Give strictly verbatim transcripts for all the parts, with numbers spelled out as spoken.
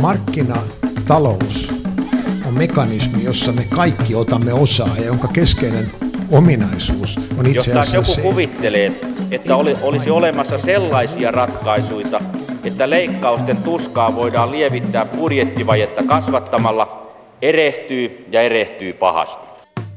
markkinatalous on mekanismi, jossa me kaikki otamme osaa ja jonka keskeinen ominaisuus on itse asiassa joku se. kuvittelee, että oli, olisi olemassa sellaisia ratkaisuja, että leikkausten tuskaa voidaan lievittää budjettivajetta kasvattamalla, erehtyy ja erehtyy pahasti.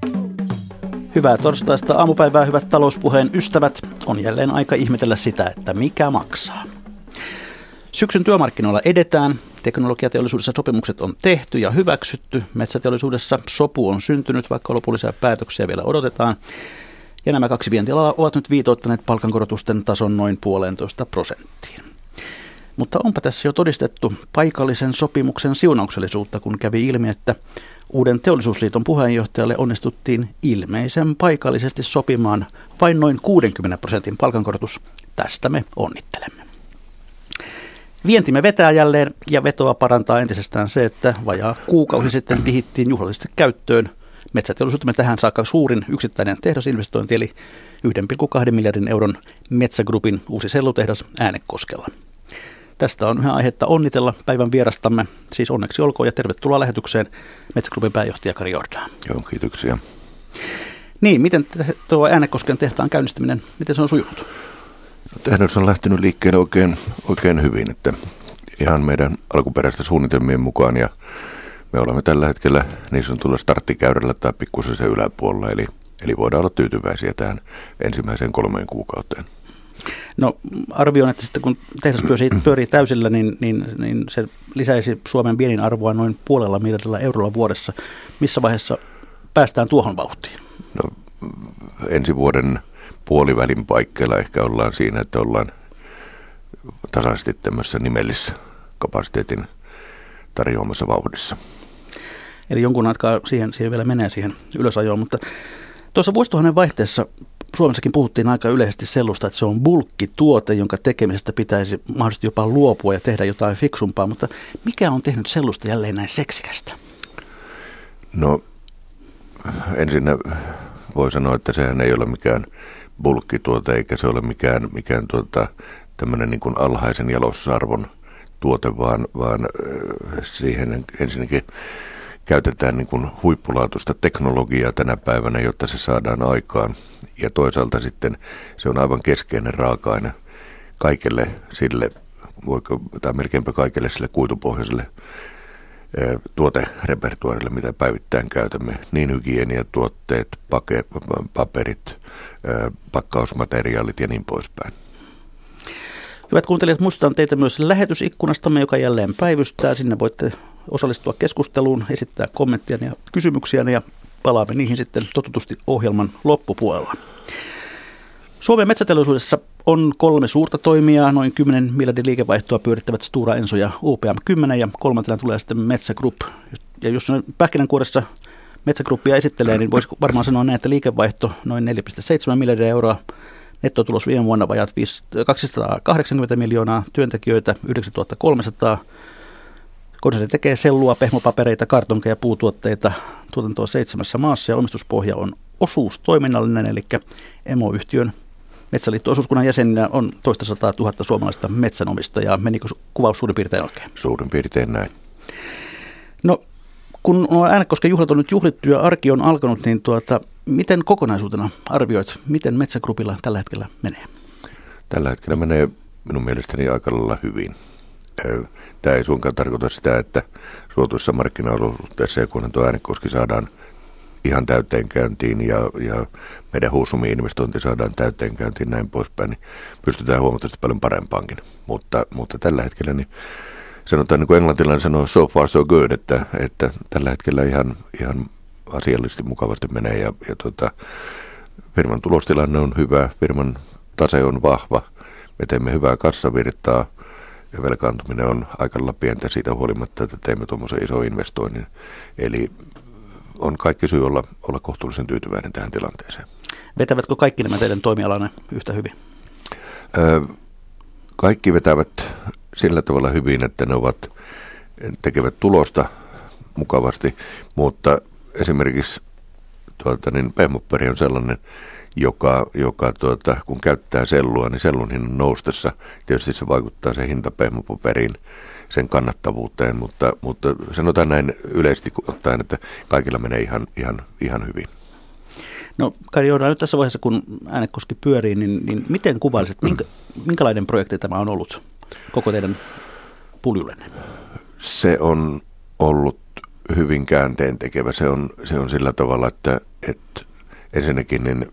Hyvää torstaista aamupäivää, hyvät talouspuheen ystävät. On jälleen aika ihmetellä sitä, että mikä maksaa. Syksyn työmarkkinoilla edetään. Teknologiateollisuudessa sopimukset on tehty ja hyväksytty. Metsäteollisuudessa sopu on syntynyt, vaikka lopullisia päätöksiä vielä odotetaan. Ja nämä kaksi vientialaa ovat nyt viitoittaneet palkankorotusten tason noin puolentoista prosenttiin. Mutta onpa tässä jo todistettu paikallisen sopimuksen siunauksellisuutta, kun kävi ilmi, että uuden teollisuusliiton puheenjohtajalle onnistuttiin ilmeisen paikallisesti sopimaan vain noin kuudenkymmenen prosentin palkankorotus. Tästä me onnittelemme. Vientimme vetää jälleen ja vetoa parantaa entisestään se, että vajaa kuukausi sitten vihittiin juhlallisesti käyttöön metsäteollisuutemme tähän saakka suurin yksittäinen tehdasinvestointi, eli yksi pilkku kaksi miljardin euron Metsä Groupin uusi sellutehdas Äänekoskella. Tästä on yhä aihetta onnitella päivän vierastamme, siis onneksi olkoon ja tervetuloa lähetykseen Metsä Groupin pääjohtaja Kari Jordan. Joo, kiitoksia. Niin, miten tuo Äänekosken tehtaan käynnistäminen, miten se on sujunut? No, tehdas on lähtenyt liikkeelle oikein, oikein hyvin, että ihan meidän alkuperäistä suunnitelmien mukaan ja me olemme tällä hetkellä niin sanotulla starttikäyrällä tai pikkusen sen yläpuolella, eli, eli voidaan olla tyytyväisiä tähän ensimmäiseen kolmeen kuukauteen. No arvioin, että sitten kun tehdas pyörii, pyörii täysillä, niin, niin, niin se lisäisi Suomen viennin arvoa noin puolella miljardilla eurolla vuodessa. Missä vaiheessa päästään tuohon vauhtiin? No ensi vuoden puolivälin paikkeilla ehkä ollaan siinä, että ollaan tasaisesti tämmöisessä nimellisessä kapasiteetin tarjoamassa vauhdissa. Eli jonkun aikaa siihen, siihen vielä menee siihen ylösajoon, mutta tuossa vuosituhannen vaihteessa Suomessakin puhuttiin aika yleisesti sellusta, että se on bulkkituote, jonka tekemisestä pitäisi mahdollisesti jopa luopua ja tehdä jotain fiksumpaa, mutta mikä on tehnyt sellusta jälleen näin seksikästä? No ensinnä voi sanoa, että sehän ei ole mikään bulkkituote eikä se ole mikään, mikään tuota, tämmöinen niin kuin alhaisen jalostusarvon tuote, vaan, vaan siihen ensinnäkin käytetään niin kuin huippulaatuista teknologiaa tänä päivänä, jotta se saadaan aikaan. Ja toisaalta sitten se on aivan keskeinen raaka-aine kaikelle sille, voiko, tai melkeinpä kaikelle sille kuitupohjaiselle tuoterepertuaarille, mitä päivittäin käytämme. Niin hygieniatuotteet, pake, paperit, pakkausmateriaalit ja niin poispäin. Hyvät kuuntelijat, muistutan teitä myös lähetysikkunastamme, joka jälleen päivystää. Sinne voitte osallistua keskusteluun, esittää kommenttia ja kysymyksiä ja palaamme niihin sitten totutusti ohjelman loppupuolella. Suomen metsäteollisuudessa on kolme suurta toimijaa, noin kymmenen miljardin liikevaihtoa pyörittävät Stora Enso ja U P M kymmenen ja kolmantena tulee sitten Metsä Group. Ja jos pähkinänkuoressa Metsä Groupia esittelee, niin voisi varmaan sanoa näin, että liikevaihto noin neljä pilkku seitsemän miljardia euroa. Nettotulos viime vuonna vajaat kaksisataakahdeksankymmentä miljoonaa, työntekijöitä yhdeksäntuhattakolmesataa. Konserni tekee sellua, pehmopapereita, kartonkeja, puutuotteita, tuotantoa seitsemässä maassa ja omistuspohja on osuustoiminnallinen, eli emoyhtiön Metsäliitto-osuuskunnan jäseninä on toista sataa tuhatta suomalaista metsänomistajaa. Menikö kuvaus suurin piirtein oikein? Suurin piirtein näin. No, kun Äänekosken juhlat on nyt juhlittu ja arki on alkanut, niin tuota, miten kokonaisuutena arvioit, miten Metsä Groupilla tällä hetkellä menee? Tällä hetkellä menee minun mielestäni aika lailla hyvin. Tämä ei suinkaan tarkoita sitä, että suotuissa markkina-olosuhteissa, kun tuo Äänekoski saadaan ihan täyteen käyntiin ja, ja meidän Husumi-investointi saadaan täyteen käyntiin näin poispäin, niin pystytään huomattavasti paljon parempaankin. Mutta, mutta tällä hetkellä niin sanotaan, niin kuin englantilainen sanoo, so far so good, että, että tällä hetkellä ihan, ihan asiallisesti mukavasti menee ja, ja tota, firman tulostilanne on hyvä, firman tase on vahva, me teemme hyvää kassavirtaa ja velkaantuminen on aika lailla pientä siitä huolimatta, että teemme tuommoisen ison investoinnin. Eli on kaikki syy olla, olla kohtuullisen tyytyväinen tähän tilanteeseen. Vetävätkö kaikki nämä teidän toimialanne yhtä hyvin? Öö, kaikki vetävät sillä tavalla hyvin, että ne ovat, tekevät tulosta mukavasti, mutta esimerkiksi tuota, niin pehmopaperi on sellainen, joka, joka tuota, kun käyttää sellua, niin sellun hinnan noustessa tietysti se vaikuttaa se hinta pehmopaperiin, sen kannattavuuteen, mutta, mutta sanotaan näin yleisesti ottaen, että kaikilla menee ihan, ihan, ihan hyvin. No Kari Jordan, nyt tässä vaiheessa, kun Äänekoski pyörii, niin, niin miten kuvailisit, minkä, minkälainen projekti tämä on ollut koko teidän puljulenne? Se on ollut hyvin käänteentekevä. Se on, se on sillä tavalla, että, että ensinnäkin niin,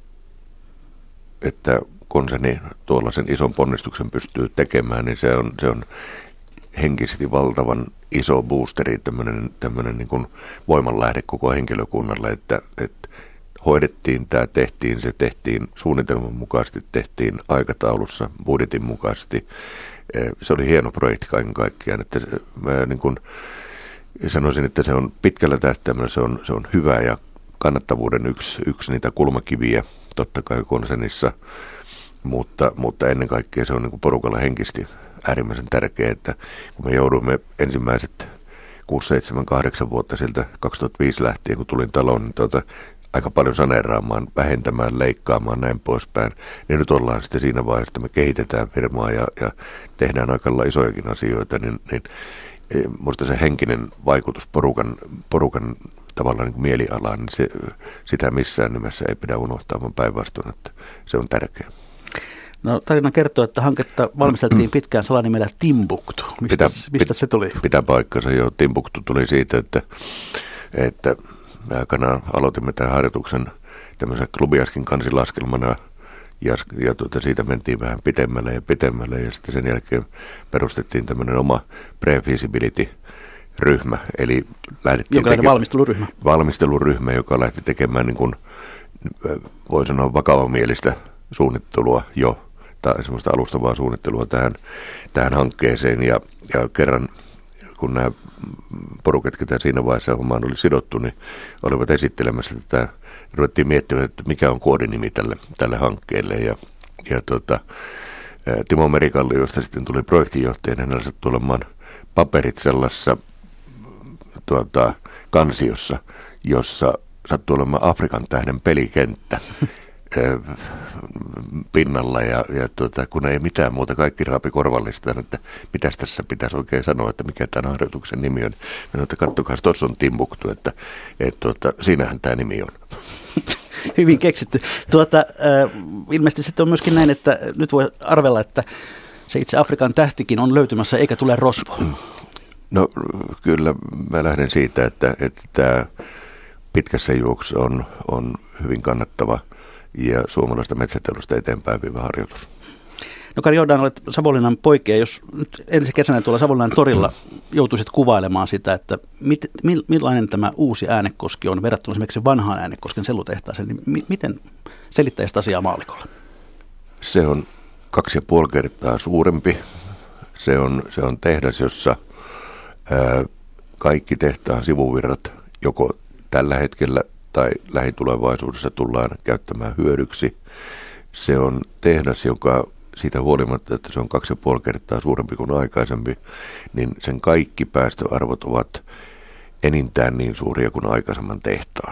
että konserni tuollaisen ison ponnistuksen pystyy tekemään, niin se on, se on henkisesti valtavan iso boosteri, tämmöinen, tämmöinen niin kuin voimanlähde koko henkilökunnalle, että, että hoidettiin tämä, tehtiin se, tehtiin suunnitelman mukaisesti, tehtiin aikataulussa, budjetin mukaisesti. Se oli hieno projekti kaiken kaikkiaan, että mä niin kuin sanoisin, että se on pitkällä tähtäimellä, se on, se on hyvä ja kannattavuuden yksi, yksi niitä kulmakiviä totta kai konsernissa, mutta, mutta ennen kaikkea se on niin kuin porukalla henkisesti äärimmäisen tärkeää, että kun me joudumme ensimmäiset kuusi, seitsemän, kahdeksan vuotta sieltä kaksituhattaviisi lähtien, kun tulin taloon, niin tuota, aika paljon saneeraamaan, vähentämään, leikkaamaan, näin poispäin. Niin nyt ollaan sitten siinä vaiheessa, että me kehitetään firmaa ja, ja tehdään aika isojakin asioita, niin, niin minusta se henkinen vaikutus porukan, porukan tavallaan niin kuin mielialaan, niin se, sitä missään nimessä ei pidä unohtaa, vaan päinvastoin, että se on tärkeää. No, tarina kertoo, että hanketta valmisteltiin pitkään salanimellä Timbuktu. Mistä, pitää, mistä se tuli? Pitää paikkansa jo. Timbuktu tuli siitä, että, että me aikanaan aloitimme tämän harjoituksen tämmöisen klubiaskin kansilaskelmana ja, ja tuota, siitä mentiin vähän pitemmälle ja pitemmälle ja sitten sen jälkeen perustettiin tämmöinen oma pre-feasibility-ryhmä. Eli lähdettiin teke- valmisteluryhmä. Valmisteluryhmä, joka lähti tekemään niin kuin, voi sanoa vakavamielistä suunnittelua jo, tai semmoista alustavaa suunnittelua tähän, tähän hankkeeseen ja, ja kerran kun nämä porukat, ketä siinä vaiheessa hommaan oli sidottu, niin olivat esittelemässä tätä, ruvettiin miettimään, että mikä on koodinimi tälle, tälle hankkeelle ja, ja tota, Timo Merikalliosta sitten tuli projektinjohtajana, hänellä sattui olemaan paperit sellaisessa tuota, kansiossa, jossa sattui olemaan Afrikan tähden pelikenttä pinnalla ja, ja tuota, kun ei mitään muuta, kaikki raapi korvallistaan, että mitäs tässä pitäisi oikein sanoa, että mikä tämän harjoituksen nimi on. Minä että katsokaa, tuossa on Timbuktu, että et, tuota, siinähän tämä nimi on. Hyvin keksitty. Tuota, äh, ilmeisesti sitten on myöskin näin, että nyt voi arvella, että se itse Afrikan tähtikin on löytymässä eikä tule rosvo. No kyllä mä lähden siitä, että, että tämä pitkässä juoksussa on, on hyvin kannattava ja suomalaista metsäteollisuutta eteenpäin viivä harjoitus. No Kari Jordan, olet Savonlinnan poikia. Jos nyt ensi kesänä tuolla Savonlinnan torilla joutuisit kuvailemaan sitä, että mit, millainen tämä uusi Äänekoski on verrattuna esimerkiksi vanhaan Äänekosken sellutehtaaseen, niin mi, miten selittäisit asiaa maallikolle? Se on kaksi ja puoli kertaa suurempi. Se on, se on tehdas, jossa ää, kaikki tehtaan sivuvirrat joko tällä hetkellä tai lähitulevaisuudessa tullaan käyttämään hyödyksi. Se on tehdas, joka siitä huolimatta, että se on kaksi ja puoli kertaa suurempi kuin aikaisempi, niin sen kaikki päästöarvot ovat enintään niin suuria kuin aikaisemman tehtaan.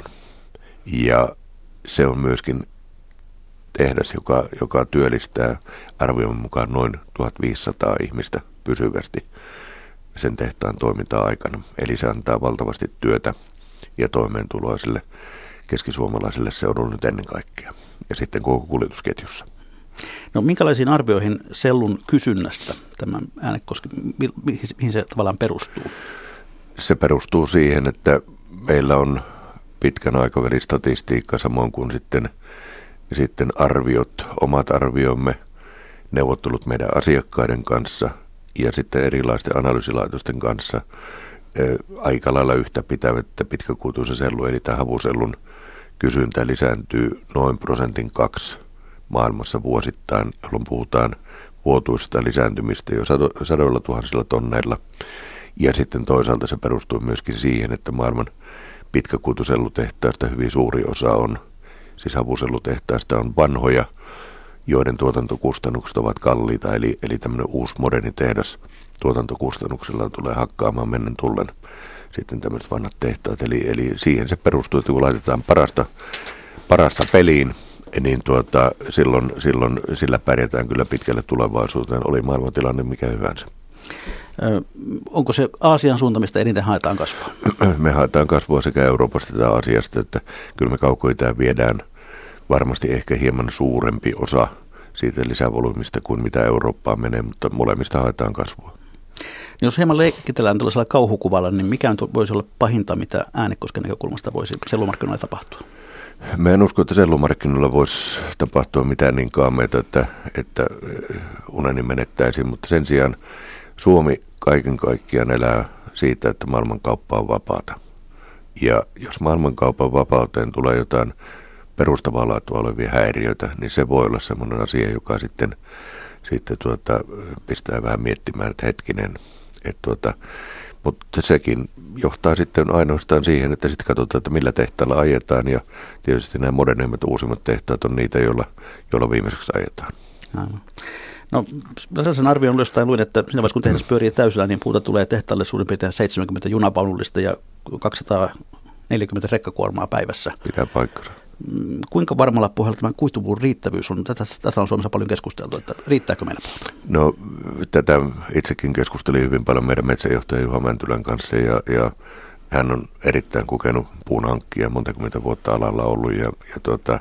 Ja se on myöskin tehdas, joka, joka työllistää arvion mukaan noin tuhatviisisataa ihmistä pysyvästi sen tehtaan toiminta-aikana. Eli se antaa valtavasti työtä ja toimeentuloa sille keskisuomalaiselle seudulle nyt ennen kaikkea. Ja sitten koko kuljetusketjussa. No minkälaisiin arvioihin sellun kysynnästä tämä Äänekoski, mihin se tavallaan perustuu? Se perustuu siihen, että meillä on pitkän aikavälin statistiikka samoin kuin sitten, sitten arviot, omat arviomme, neuvottelut meidän asiakkaiden kanssa ja sitten erilaisten analyysilaitosten kanssa aika lailla yhtä pitävät, että pitkäkuituisen sellun eli tämä havusellun kysyntä lisääntyy noin prosentin kaksi maailmassa vuosittain, jolloin puhutaan vuotuisesta lisääntymistä jo sadoilla tuhansilla tonneilla. Ja sitten toisaalta se perustuu myöskin siihen, että maailman pitkäkuitusellutehtaista hyvin suuri osa on, siis havusellutehtaista on vanhoja joiden tuotantokustannukset ovat kalliita, eli, eli tämmöinen uusi moderni tehdas tuotantokustannuksilla tulee hakkaamaan mennen tullen sitten tämmöiset vanhat tehtaat. Eli, eli siihen se perustuu, että kun laitetaan parasta, parasta peliin, niin tuota, silloin, silloin sillä pärjätään kyllä pitkälle tulevaisuuteen, oli maailmantilanne mikä hyvänsä. Ö, onko se Aasian suunta, mistä eniten haetaan kasvua? Me haetaan kasvua sekä Euroopasta että Aasiasta, että kyllä me kaukoitään viedään varmasti ehkä hieman suurempi osa siitä lisävolyymista kuin mitä Eurooppaan menee, mutta molemmista haetaan kasvua. Jos hieman leikitellään tällaisella kauhukuvalla, niin mikä nyt voisi olla pahinta, mitä Äänekosken näkökulmasta voisi sellumarkkinoilla tapahtua? Mä en usko, että sellumarkkinoilla voisi tapahtua mitään niin kaameita, että, että uneni menettäisiin, mutta sen sijaan Suomi kaiken kaikkiaan elää siitä, että maailmankauppa on vapaata. Ja jos maailmankaupan vapauteen tulee jotain perustavaa laatua olevia häiriöitä, niin se voi olla sellainen asia, joka sitten, sitten tuota, pistää vähän miettimään, että hetkinen. Että tuota, mutta sekin johtaa sitten ainoastaan siihen, että sitten katsotaan, että millä tehtaalla ajetaan. Ja tietysti nämä modernimmat uusimmat tehtaat on niitä, joilla, joilla viimeiseksi ajetaan. Aivan. No, sellaisen arvion jostain luin, että siinä vaiheessa kun tehdas pyörii täysillä, niin puuta tulee tehtaalle suurin piirtein seitsemänkymmentä junapaunullista ja kaksisataaneljäkymmentä rekkakuormaa päivässä. Pitää paikkansa. Kuinka varmalla pohjalla tämä kuitupuun riittävyys on? Tätä, tätä on Suomessa paljon keskusteltu, että riittääkö meillä puuta? No, tätä itsekin keskustelin hyvin paljon meidän metsäjohtaja Juha Mäntylän kanssa ja, ja hän on erittäin kokenut puun hankkija, montakymmentä vuotta alalla ollut ja, ja, tuota,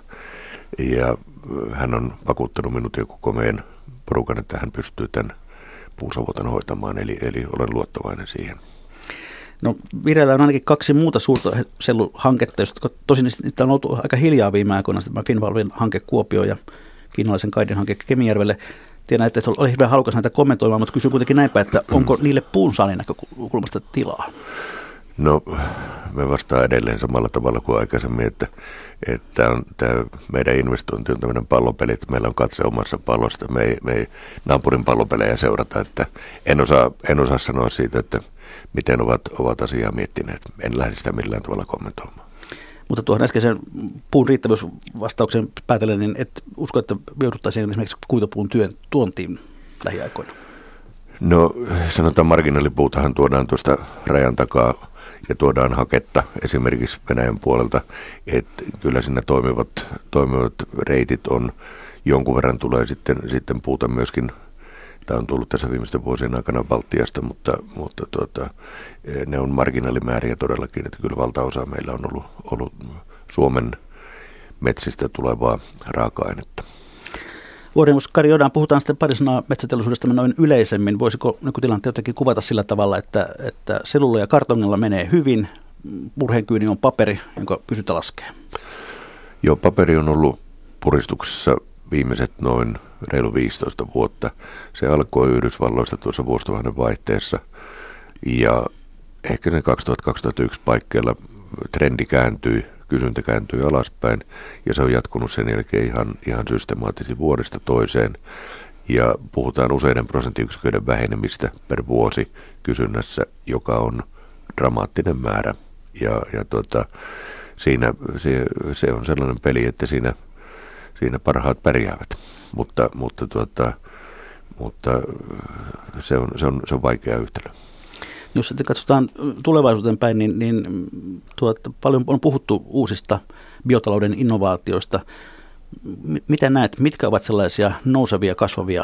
ja hän on vakuuttanut minut ja koko meidän porukan, että hän pystyy tämän puusavotan hoitamaan, eli, eli olen luottavainen siihen. No, vireillä on ainakin kaksi muuta suurta selluhanketta, jotka tosin niitä on ollut aika hiljaa viime aikoina, tämä Finnvalvin hanke Kuopio ja kiinalaisen Kaidin hanke Kemijärvelle. Tiedän, että oli hirveän halukas näitä kommentoimaan, mutta kysyn kuitenkin näinpä, että onko niille puunsaannin näkökulmasta tilaa? No, me vastaan edelleen samalla tavalla kuin aikaisemmin, että, että on, tämä meidän investointi on tämmöinen pallopeli, että meillä on katse omassa pallosta, me ei, me ei naapurin pallopelejä seurata, että en osaa, en osaa sanoa siitä, että miten ovat, ovat asiaa miettineet. En lähde sitä millään tavalla kommentoimaan. Mutta tuohon äskeisen puun riittävyysvastauksen päätellen, niin et usko, että jouduttaisiin esimerkiksi kuitupuun työn tuontiin lähiaikoina? No, sanotaan marginaalipuutahan tuodaan tuosta rajan takaa ja tuodaan haketta esimerkiksi Venäjän puolelta, että kyllä siinä toimivat, toimivat reitit on, jonkun verran tulee sitten, sitten puuta myöskin. Tämä on tullut tässä viimeisten vuosien aikana Baltiasta, mutta, mutta tuota, ne on marginaalimääriä todellakin, että kyllä valtaosa meillä on ollut, ollut Suomen metsistä tulevaa raaka-ainetta. Vuorineuvos Kari Jodan, puhutaan sitten pari sanaa metsäteollisuudesta noin yleisemmin. Voisiko nykytilannetta jotenkin kuvata sillä tavalla, että, että sellulla ja kartongilla menee hyvin, murheenkyyni on paperi, jonka kysyntä laskee? Joo, paperi on ollut puristuksessa viimeiset noin reilu viisitoista vuotta. Se alkoi Yhdysvalloista tuossa vuosituhannen vaihteessa ja ehkä ne kaksituhatta kaksituhattayksi paikkeilla trendi kääntyi, kysyntä kääntyi alaspäin ja se on jatkunut sen jälkeen ihan, ihan systemaattisesti vuodesta toiseen ja puhutaan useiden prosenttiyksiköiden vähenemistä per vuosi kysynnässä, joka on dramaattinen määrä ja, ja tuota, siinä se, se on sellainen peli, että siinä Siinä parhaat pärjäävät, mutta, mutta, tuota, mutta se, on, se, on, se on vaikea yhtälö. Jos sitten katsotaan tulevaisuuteen päin, niin, niin tuota, paljon on puhuttu uusista biotalouden innovaatioista. M- miten näet, mitkä ovat sellaisia nousevia, kasvavia?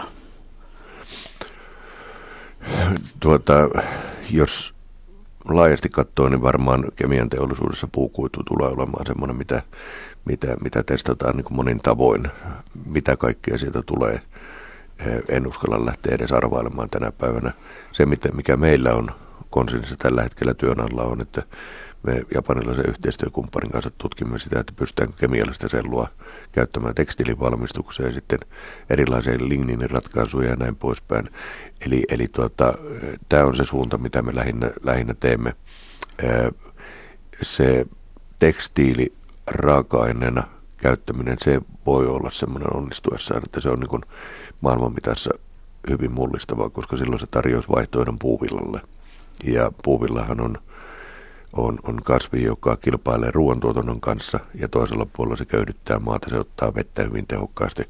Tuota, jos laajasti katsoo, niin varmaan kemian teollisuudessa puukuitu tulee olemaan semmoinen, mitä Mitä, mitä testataan niin kuin monin tavoin, mitä kaikkea sieltä tulee. En uskalla lähteä edes arvailemaan tänä päivänä. Se, mikä meillä on konsensissa tällä hetkellä työn alla on, että me japanilaisen yhteistyökumppanin kanssa tutkimme sitä, että pystytäänkö kemiallista sellua käyttämään tekstiilivalmistukseen ja sitten erilaisia ligniiniratkaisuja ja näin poispäin. Eli, eli tuota, tämä on se suunta, mitä me lähinnä, lähinnä teemme. Se tekstiili raaka-aineena käyttäminen, se voi olla semmoinen onnistuessaan, että se on niin kuin maailman mitassa hyvin mullistavaa, koska silloin se tarjoaisi vaihtoehdon puuvillalle. Ja puuvillahan on on, on kasvi, joka kilpailee ruoantuotannon kanssa ja toisella puolella se köyhdyttää maata, se ottaa vettä hyvin tehokkaasti.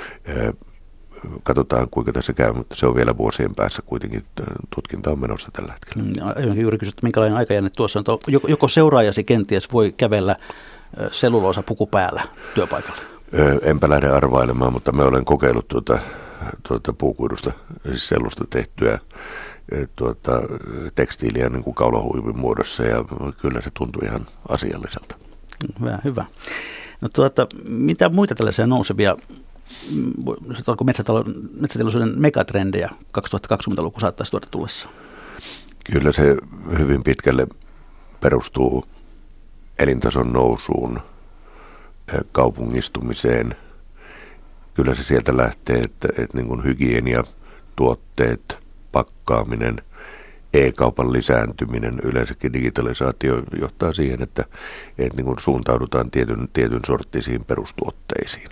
Katsotaan, kuinka tässä käy, mutta se on vielä vuosien päässä kuitenkin. Tutkinta on menossa tällä hetkellä. Aionkin juuri kysyä, että minkälainen aikajänne tuossa on. Joko seuraajasi kenties voi kävellä selluloosa puku päällä työpaikalle? Enpä lähde arvailemaan, mutta mä olen kokeillut tuota, tuota puukuidusta, siis sellusta tehtyä tuota, tekstiiliä niin kuin kaulahuivin muodossa, ja kyllä se tuntui ihan asialliselta. Hyvä, hyvä. No tuota, mitä muita tällaisia nousevia, onko metsäteollisuuden megatrendejä kaksituhattakaksikymmentäluku saattaisi tuoda tullessa? Kyllä se hyvin pitkälle perustuu elintason nousuun, kaupungistumiseen. Kyllä se sieltä lähtee, että, että niin kuin hygienia, tuotteet, pakkaaminen, e-kaupan lisääntyminen, yleensäkin digitalisaatio johtaa siihen, että, että niin kuin suuntaudutaan tietyn, tietyn sorttisiin perustuotteisiin.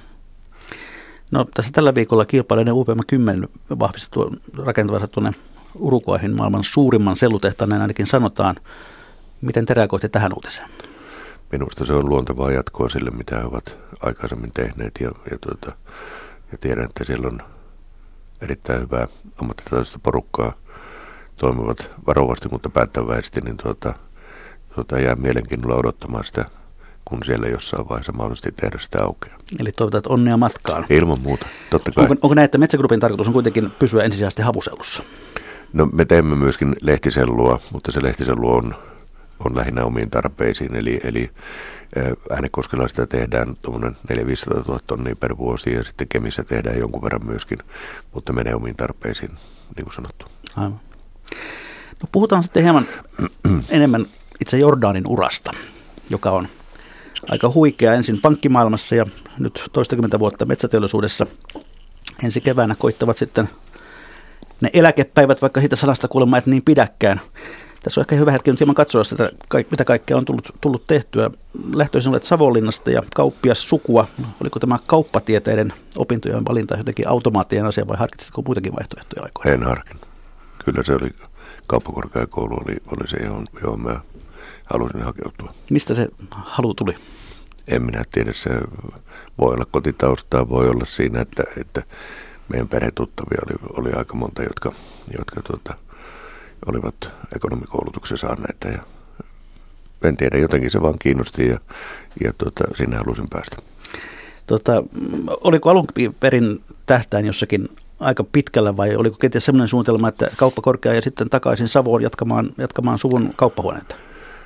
No tässä tällä viikolla kilpailijoiden U P M kymmenen vahvistettu rakentavansa tuonne Uruguayin maailman suurimman sellutehtaan, näin ainakin sanotaan. Miten te reagoitte tähän uutiseen? Minusta se on luontevaa jatkoa sille, mitä he ovat aikaisemmin tehneet, ja, ja, tuota, ja tiedän, että siellä on erittäin hyvää ammattitaitoista porukkaa, toimivat varovasti, mutta päättäväisesti, niin tuota, tuota, jää mielenkiinnolla odottamaan sitä, kun siellä jossain vaiheessa mahdollisesti tehdä sitä aukeaa. Eli toivotaan onnea matkaan. Ilman muuta, totta kai. Onko, onko näin, että Metsä Groupin tarkoitus on kuitenkin pysyä ensisijaisesti havusellussa? No me teemme myöskin lehtisellua, mutta se lehtisellu on, on lähinnä omiin tarpeisiin, eli, eli Äänekoskella sitä tehdään tuommoinen neljä viisisataa tuhatta tonnia per vuosi, ja sitten Kemissä tehdään jonkun verran myöskin, mutta menee omiin tarpeisiin, niin kuin sanottu. Aivan. No puhutaan sitten hieman enemmän itse Jordanin urasta, joka on aika huikea ensin pankkimaailmassa ja nyt toistakymmentä vuotta metsäteollisuudessa. Ensi keväänä koittavat sitten ne eläkepäivät, vaikka siitä sanasta kuulemma et niin pidäkään. Tässä on ehkä hyvä hetki nyt hieman katsoa sitä, mitä kaikkea on tullut, tullut tehtyä. Lähtöisin olet Savonlinnasta ja kauppias sukua. Oliko tämä kauppatieteiden opintojen valinta jotenkin automaattinen asia vai harkitsitko muitakin vaihtoehtoja aikoina? En harkinnut. Kyllä se oli, kauppakorkeakoulu oli, oli se, johon, johon mä halusin hakeutua. Mistä se halu tuli? En minä tiedä. Se voi olla kotitaustaa, voi olla siinä, että, että meidän perhetuttavia oli, oli aika monta, jotka, jotka tuota, olivat ekonomikoulutuksen saaneita. Ja en tiedä, jotenkin se vaan kiinnosti ja, ja tuota, sinne halusin päästä. Tota, oliko alun perin tähtäin jossakin aika pitkällä vai oliko kenties sellainen suunnitelma, että kauppakorkea ja sitten takaisin Savoon jatkamaan, jatkamaan suvun kauppahuoneita?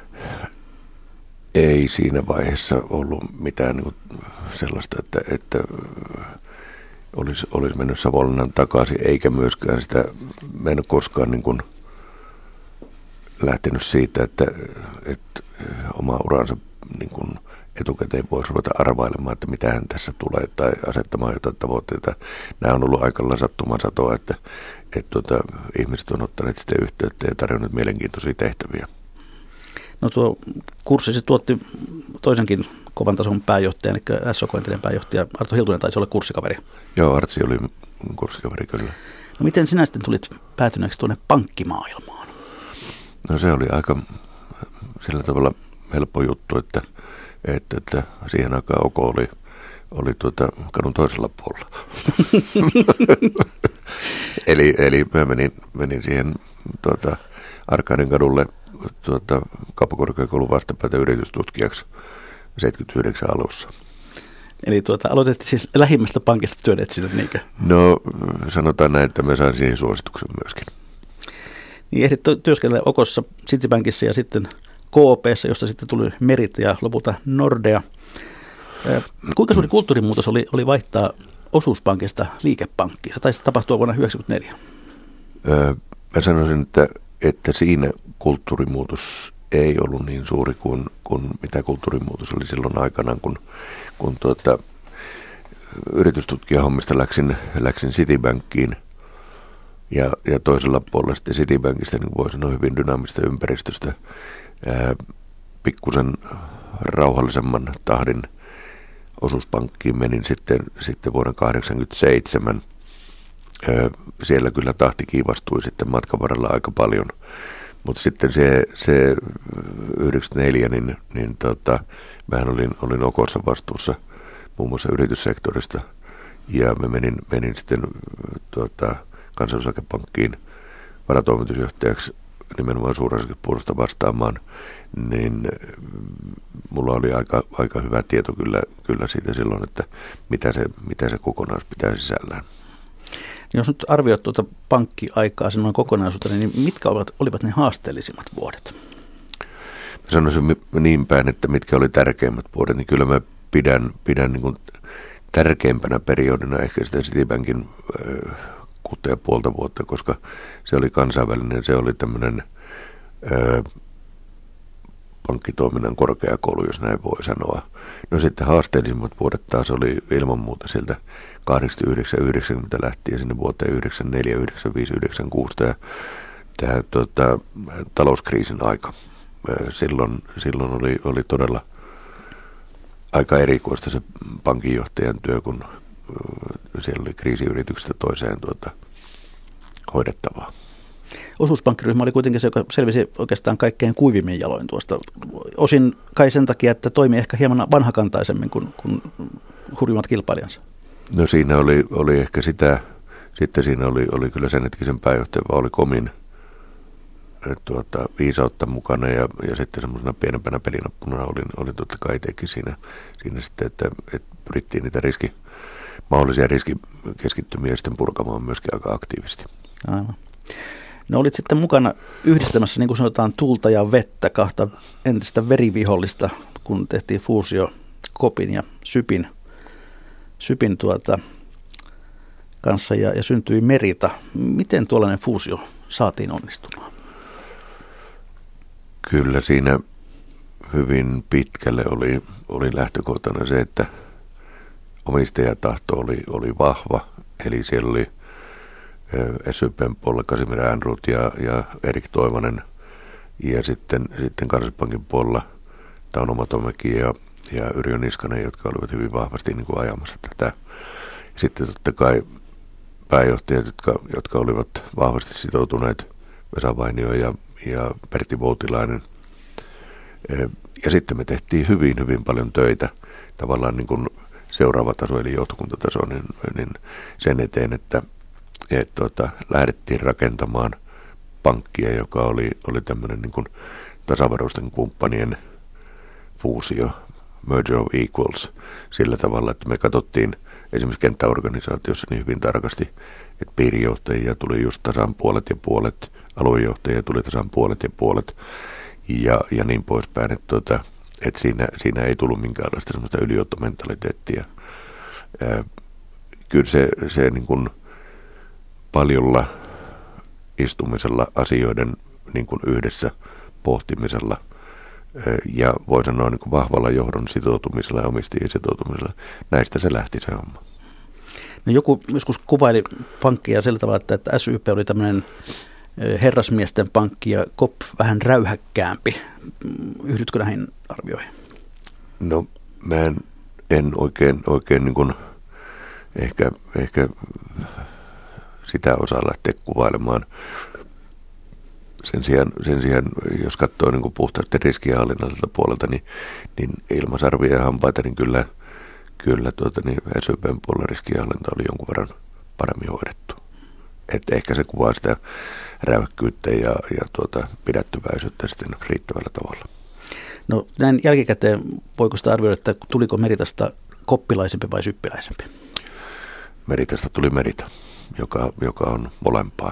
Ei siinä vaiheessa ollut mitään niin kuin sellaista, että, että olisi, olisi mennyt Savonlinnan takaisin, eikä myöskään sitä, mä en ole koskaan niin kuin lähtenyt siitä, että, että oma uransa niin kuin etukäteen voisi ruveta arvailemaan, että mitähän tässä tulee, tai asettamaan jotain tavoitteita. Nämä on ollut aika lailla sattuman satoa, että, että tuota, ihmiset on ottaneet sitten yhteyttä ja tarjonneet mielenkiintoisia tehtäviä. No tuo kurssi se tuotti toisenkin kovan tason pääjohtajan, eli S O K-entinen pääjohtaja Arto Hiltunen taisi olla kurssikaveri. Joo, Artsi oli kurssikaveri kyllä. No miten sinä sitten tulit päätyneeksi tuonne pankkimaailmaan? No se oli aika sillä tavalla helppo juttu, että, että, että siihen aikaan O K oli, oli tuota, kadun toisella puolella. eli, eli mä menin, menin siihen tuota, Arkadin kadulle tuota, kauppakorkeakoulun vastapäätä yritystutkijaksi seitsemänkymmentäyhdeksän alussa. Eli tuota, aloitettiin siis lähimmästä pankista työnet sinne, niinkö? No sanotaan näin, että mä sain siihen suosituksen myöskin. Niin ehdit työskennellä Okossa, Citibankissa ja sitten K O P:ssä, josta sitten tuli Merit ja lopulta Nordea. Kuinka suuri kulttuurimuutos oli, oli vaihtaa osuuspankista liikepankkiin? Se taisi tapahtua vuonna tuhatyhdeksänsataayhdeksänkymmentäneljä. Öö, mä sanoisin, että, että siinä kulttuurimuutos ei ollut niin suuri kuin, kuin mitä kulttuurimuutos oli silloin aikanaan, kun, kun tuota, yritystutkijahommista läksin, läksin Citibankiin. Ja, ja toisella puolella sitten Citibankista, niin voi sanoa hyvin dynaamista ympäristöstä, ää, pikkusen rauhallisemman tahdin osuuspankkiin menin sitten, sitten vuonna tuhatyhdeksänsataakahdeksankymmentäseitsemän. Ää, siellä kyllä tahti kiivastui sitten matkan varrella aika paljon, Mutta sitten se, se yhdeksänkymmentäneljä, niin, niin tota, mähän olin, olin Okossa vastuussa muun muassa yrityssektorista. Ja mä menin, menin sitten tuota, Kansallisosakepankkiin varatoimitusjohtajaksi nimenomaan suurosakepuolusta vastaamaan, niin mulla oli aika, aika hyvä tieto kyllä, kyllä siitä silloin, että mitä se, mitä se kokonaisuus pitää sisällään. Jos nyt arvioit tuota pankkiaikaa sen noin kokonaisuutena, niin mitkä olivat, olivat ne haasteellisimmat vuodet? Mä sanoisin niin päin, että mitkä oli tärkeimmät vuodet, niin kyllä mä pidän, pidän niin kuin tärkeimpänä periodina ehkä sitä Citibankin äh, kuutta ja puolta vuotta, koska se oli kansainvälinen, se oli tämmöinen äh, pankkitoiminnan korkeakoulu, jos näin voi sanoa. No sitten haasteellisimmat vuodet taas oli ilman muuta sieltä kahdeksankymmentäyhdeksän yhdeksänkymmentä lähtien sinne vuoteen yhdeksänkymmentäneljä yhdeksänkymmentäviisi yhdeksänkymmentäkuusi tämä, tämä tota, talouskriisin aika. Silloin, silloin oli, oli todella aika erikoista se pankinjohtajan työ, kun siellä oli kriisiyrityksestä toiseen tuota, hoidettavaa. Osuuspankkiryhmä oli kuitenkin se, joka selvisi oikeastaan kaikkein kuivimmin jaloin tuosta. Osin kai sen takia, että toimi ehkä hieman vanhakantaisemmin kuin, kuin hurjimmat kilpailijansa. No siinä oli, oli ehkä sitä, sitten siinä oli, oli kyllä sen hetkisen pääjohtaja, oli komin tuota, viisautta mukana ja, ja sitten semmoisena pienempänä pelinappuna olin, olin totta kai itsekin siinä, siinä sitten, että, että pyrittiin niitä riski, mahdollisia riskikeskittymiä sitten purkamaan myöskin aika aktiivisesti. Aivan. No olit sitten mukana yhdistämässä, niin kuin sanotaan, tulta ja vettä, kahta entistä verivihollista, kun tehtiin fuusio Kopin ja Sypin, Sypin tuota, kanssa ja, ja syntyi Merita. Miten tuollainen fuusio saatiin onnistumaan? Kyllä siinä hyvin pitkälle oli, oli lähtökohtana se, että omistajatahto oli, oli vahva, eli siellä oli S Y P:n puolella Casimir Ehrnrooth ja, ja Erik Toivonen ja sitten, sitten Kansallispankin puolella Tauno Matomäki ja, ja Yrjö Niskanen, jotka olivat hyvin vahvasti niin kuin ajamassa tätä. Sitten totta kai pääjohtajat, jotka, jotka olivat vahvasti sitoutuneet, Vesa Vainio ja, ja Pertti Voutilainen. Ja sitten me tehtiin hyvin, hyvin paljon töitä tavallaan niin kuin seuraava taso, eli johtokuntataso, niin, niin sen eteen, että Et, tuota, lähdettiin rakentamaan pankkia, joka oli, oli tämmöinen niin kuin tasaveroisten kumppanien fuusio, merger of equals, sillä tavalla, että me katsottiin esimerkiksi kenttäorganisaatiossa niin hyvin tarkasti, että piirijohtajia tuli just tasan puolet ja puolet, aluejohtajia tuli tasan puolet ja puolet ja, ja niin poispäin, että, tuota, että siinä, siinä ei tullut minkäänlaista semmoista yliottomentaliteettia. Ää, kyllä se, se niin kuin paljolla istumisella, asioiden niin kuin yhdessä pohtimisella ja voi sanoa niin kuin vahvalla johdon sitoutumisella ja omistajien sitoutumisella. Näistä se lähti se homma. No joku joskus kuvaili pankkia sillä tavalla, että, että S Y P oli tämmöinen herrasmiesten pankki ja K O P vähän räyhäkkäämpi. Yhdytkö näihin arvioihin? No mä en, en oikein, oikein niin kuin ehkä... ehkä sitä osaa lähteä kuvailemaan. Sen sijaan, sen sijaan jos katsoo niin kuin puhtaasti riskienhallinnalliselta puolelta, niin, niin ilmasarvia ja hampaita, niin kyllä, kyllä tuota, niin S Y P:n puolella riskienhallinta oli jonkun verran paremmin hoidettu. Et ehkä se kuvaa sitä räyhkkyyttä ja, ja tuota, pidättyväisyyttä sitten riittävällä tavalla. No näin jälkikäteen voiko sitä arvioida, että tuliko Meritasta koppilaisempi vai syppiläisempi? Meritasta tuli Merita, joka, joka on molempaa.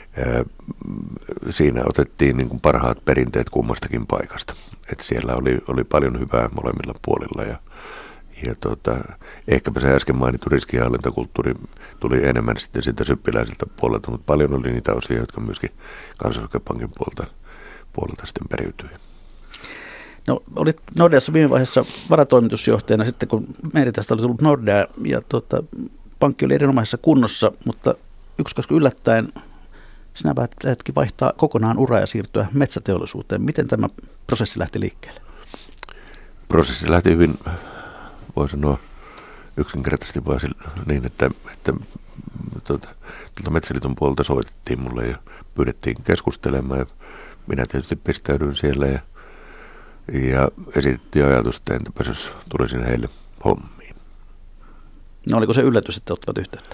Siinä otettiin niin kuin parhaat perinteet kummastakin paikasta. Et siellä oli, oli paljon hyvää molemmilla puolilla. Ja, ja tota, ehkäpä se äsken mainittu riskienhallintakulttuuri tuli enemmän sitten sitä syppiläiseltä puolelta, mutta paljon oli niitä osia, jotka myöskin Kansallisosakepankin puolelta, puolelta sitten periytyi. No olit Nordeassa viime vaiheessa varatoimitusjohtajana sitten, kun Meritasta oli tullut Nordea ja tuota, pankki oli erinomaisessa kunnossa, mutta yksi koska yllättäen sinä päätkin vaihtaa kokonaan uraa ja siirtyä metsäteollisuuteen. Miten tämä prosessi lähti liikkeelle? Prosessi lähti hyvin, voi sanoa yksinkertaisesti vaan niin, että, että tuota, tuolta Metsäliiton puolelta soitettiin mulle ja pyydettiin keskustelemaan. Ja minä tietysti pistäydyin siellä ja, ja esitettiin ajatusta, entäpä jos tulisin heille hommiin. No oliko se yllätys, että ottavat yhteyttä?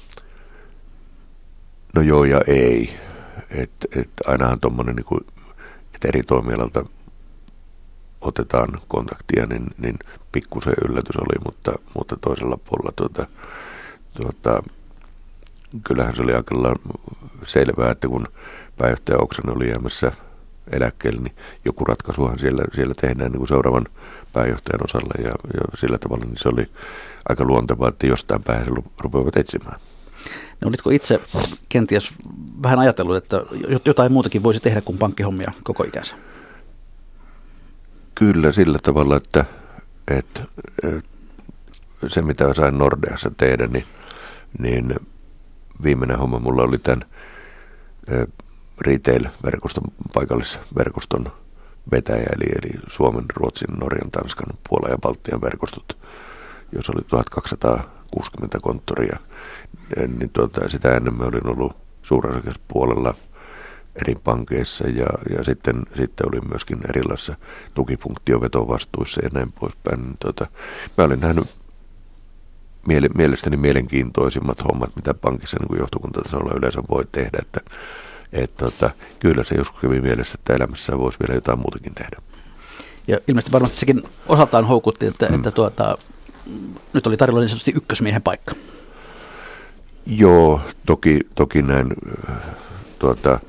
No joo ja ei. Että et ainahan tuommoinen, niin että eri toimialalta otetaan kontaktia, niin, niin pikkusen yllätys oli, mutta, mutta toisella puolella tuota, tuota, kyllähän se oli aika selvää, että kun pääjohtaja Oksanen oli jäämässä eläkkeelle, niin joku ratkaisuhan siellä, siellä tehdään niin kuin seuraavan pääjohtajan osalla ja, ja sillä tavalla niin se oli aika luontevaa, että jostain päähän se rupeavat etsimään. No olitko itse kenties vähän ajatellut, että jotain muutakin voisi tehdä kuin pankkihommia koko ikänsä? Kyllä sillä tavalla, että, että, että se mitä sain Nordeassa tehdä, niin, niin viimeinen homma mulla oli tämän retail-verkoston, paikallisverkoston vetäjä, eli, eli Suomen, Ruotsin, Norjan, Tanskan, Puolan ja Baltian verkostot, jos oli tuhatkaksisataakuusikymmentä konttoria. Niin tuota, sitä ennen mä olin ollut suurasiakaspuolella eri pankeissa ja, ja sitten, sitten olin myöskin erilaisissa tukifunktiovetovasuissa ja näin poispäin. Niin tuota, mä olin nähnyt miele, mielestäni mielenkiintoisimmat hommat, mitä pankissa niin kuin johtokuntatasolla yleensä voi tehdä. Että, et, tota, kyllä se joskus kävi mielessä, että elämässä voisi vielä jotain muutakin tehdä. Ja ilmeisesti varmasti sekin osaltaan houkutti, että, mm. että tuota, nyt oli tarjolla niin sanotusti ykkösmiehen paikka. Joo, toki, toki näin, tuota,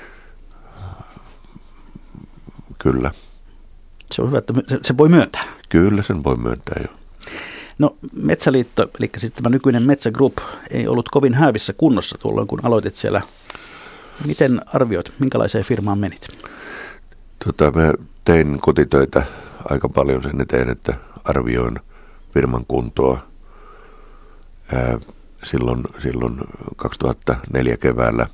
kyllä. Se on hyvä, että se voi myöntää. Kyllä, sen voi myöntää jo. No Metsäliitto, eli sitten tämä nykyinen Metsä Group, ei ollut kovin häävissä kunnossa tuolloin, kun aloitit siellä. Miten arvioit, minkälaiseen firmaan menit? Tota, mä tein kotitöitä aika paljon sen eteen, että arvioin firman kuntoa. Ää, Silloin, silloin kaksituhattaneljä keväällä,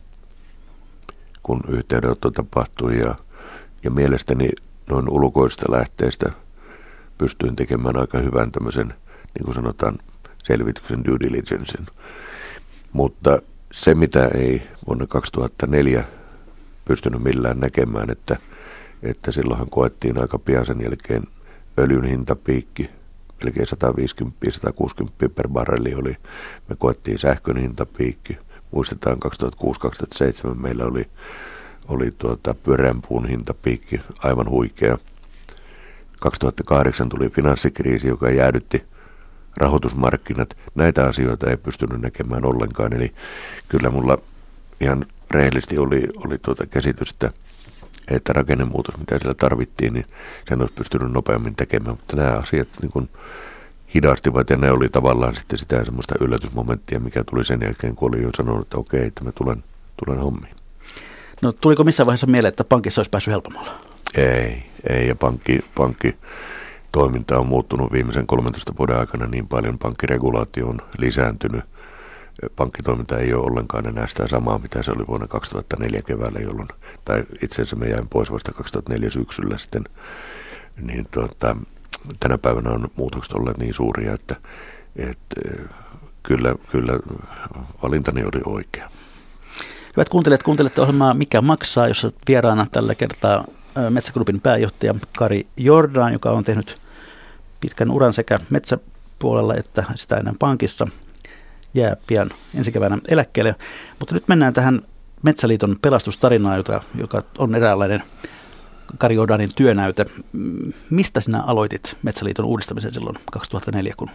kun yhteydenotto tapahtui ja, ja mielestäni noin ulkoista lähteistä pystyin tekemään aika hyvän tämmöisen, niin kuin sanotaan, selvityksen due diligencen. Mutta se, mitä ei vuonna kaksituhattaneljä pystynyt millään näkemään, että, että silloinhan koettiin aika pian sen jälkeen öljyn hintapiikki, melkein sata viisikymmentä sata kuusikymmentä per barreli oli. Me koettiin sähkön hintapiikki. Muistetaan kaksituhattakuusi kaksituhattaseitsemän meillä oli, oli tuota pyöreän puun hintapiikki, aivan huikea. kaksituhattakahdeksan tuli finanssikriisi, joka jäädytti rahoitusmarkkinat. Näitä asioita ei pystynyt näkemään ollenkaan. Eli kyllä mulla ihan rehellisesti oli, oli tuota käsitystä, että rakennemuutos, mitä siellä tarvittiin, niin sen olisi pystynyt nopeammin tekemään, mutta nämä asiat niin kuin hidastivat ja ne oli tavallaan sitten sitä semmoista yllätysmomenttia, mikä tuli sen jälkeen, kun oli jo sanonut, että okei, että mä tulen, tulen hommiin. No tuliko missään vaiheessa mieleen, että pankissa olisi päässyt helpommalla? Ei, ei ja pankki, pankkitoiminta on muuttunut viimeisen kolmentoista vuoden aikana niin paljon, pankkiregulaatio on lisääntynyt. Pankkitoiminta ei ole ollenkaan enää sitä samaa, mitä se oli vuonna kaksituhattaneljä keväällä, jolloin, tai itse asiassa me jäin pois vasta kaksituhattaneljä syksyllä sitten, niin tuota, tänä päivänä on muutokset olleet niin suuria, että, että kyllä, kyllä valintani oli oikea. Hyvät kuuntelijat, kuuntelette ohjelmaa Mikä maksaa, jossa vieraana tällä kertaa Metsä Groupin pääjohtaja Kari Jordan, joka on tehnyt pitkän uran sekä metsäpuolella että sitä ennen pankissa. Jää pian ensi keväänä eläkkeelle. Mutta nyt mennään tähän Metsäliiton pelastustarinaan, joka, joka on eräänlainen Kari Jordanin työnäyte. Mistä sinä aloitit Metsäliiton uudistamisen silloin kaksituhattaneljä, kun,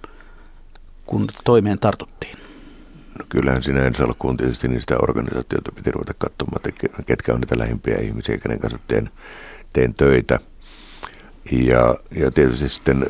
kun toimeen tartuttiin? No kyllähän siinä ensi alkuun tietysti niistä organisaatioita piti ruveta katsomaan, että ketkä on niitä lähimpiä ihmisiä, kenen kanssa teen, teen töitä. Ja, ja tietysti sitten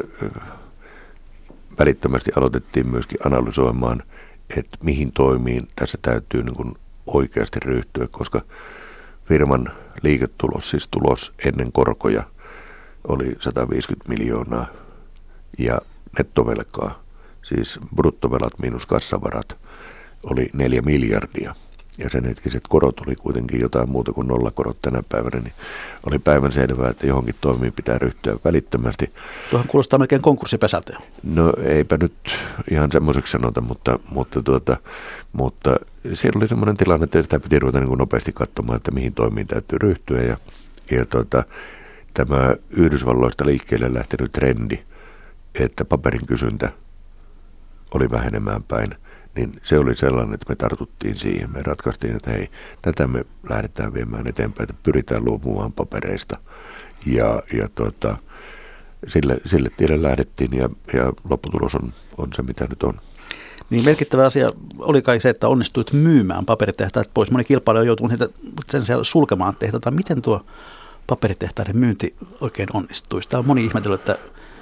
välittömästi aloitettiin myöskin analysoimaan, että mihin toimiin tässä täytyy niin kuin oikeasti ryhtyä, koska firman liiketulos, siis tulos ennen korkoja, oli sata viisikymmentä miljoonaa ja nettovelkaa, siis bruttovelat miinus kassavarat, oli neljä miljardia. ja sen hetkiset korot oli kuitenkin jotain muuta kuin nollakorot tänä päivänä, niin oli päivän selvää, että johonkin toimiin pitää ryhtyä välittömästi. Tuohan kuulostaa melkein konkurssipesältä. No eipä nyt ihan semmoiseksi sanota, mutta, mutta, tuota, mutta siellä oli semmoinen tilanne, että sitä piti ruveta niin kuin nopeasti katsomaan, että mihin toimiin täytyy ryhtyä. Ja, ja tuota, tämä Yhdysvalloista liikkeelle lähtenyt trendi, että paperin kysyntä oli vähenemään päin, niin se oli sellainen, että me tartuttiin siihen. Me ratkaistiin, että hei, tätä me lähdetään viemään eteenpäin, että pyritään luopumaan papereista. Ja, ja tuota, sille, sille tielle lähdettiin ja, ja lopputulos on, on se, mitä nyt on. Niin merkittävä asia oli kai se, että onnistuit myymään paperitehtaat pois. Moni kilpailija on joutunut niitä sen sijaan sulkemaan tehtaita. Miten tuo paperitehtaiden myynti oikein onnistui? Sitä on moni ihmetellyt, että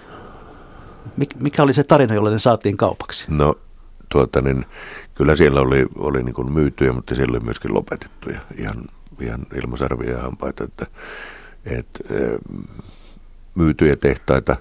mikä oli se tarina, jolla ne saatiin kaupaksi? No tuota niin, kyllä siellä oli, oli niin kuin myytyjä, mutta siellä oli myöskin lopetettuja ihan, ihan ilmasarvia ja hampaita, että, että myytyjä tehtaita,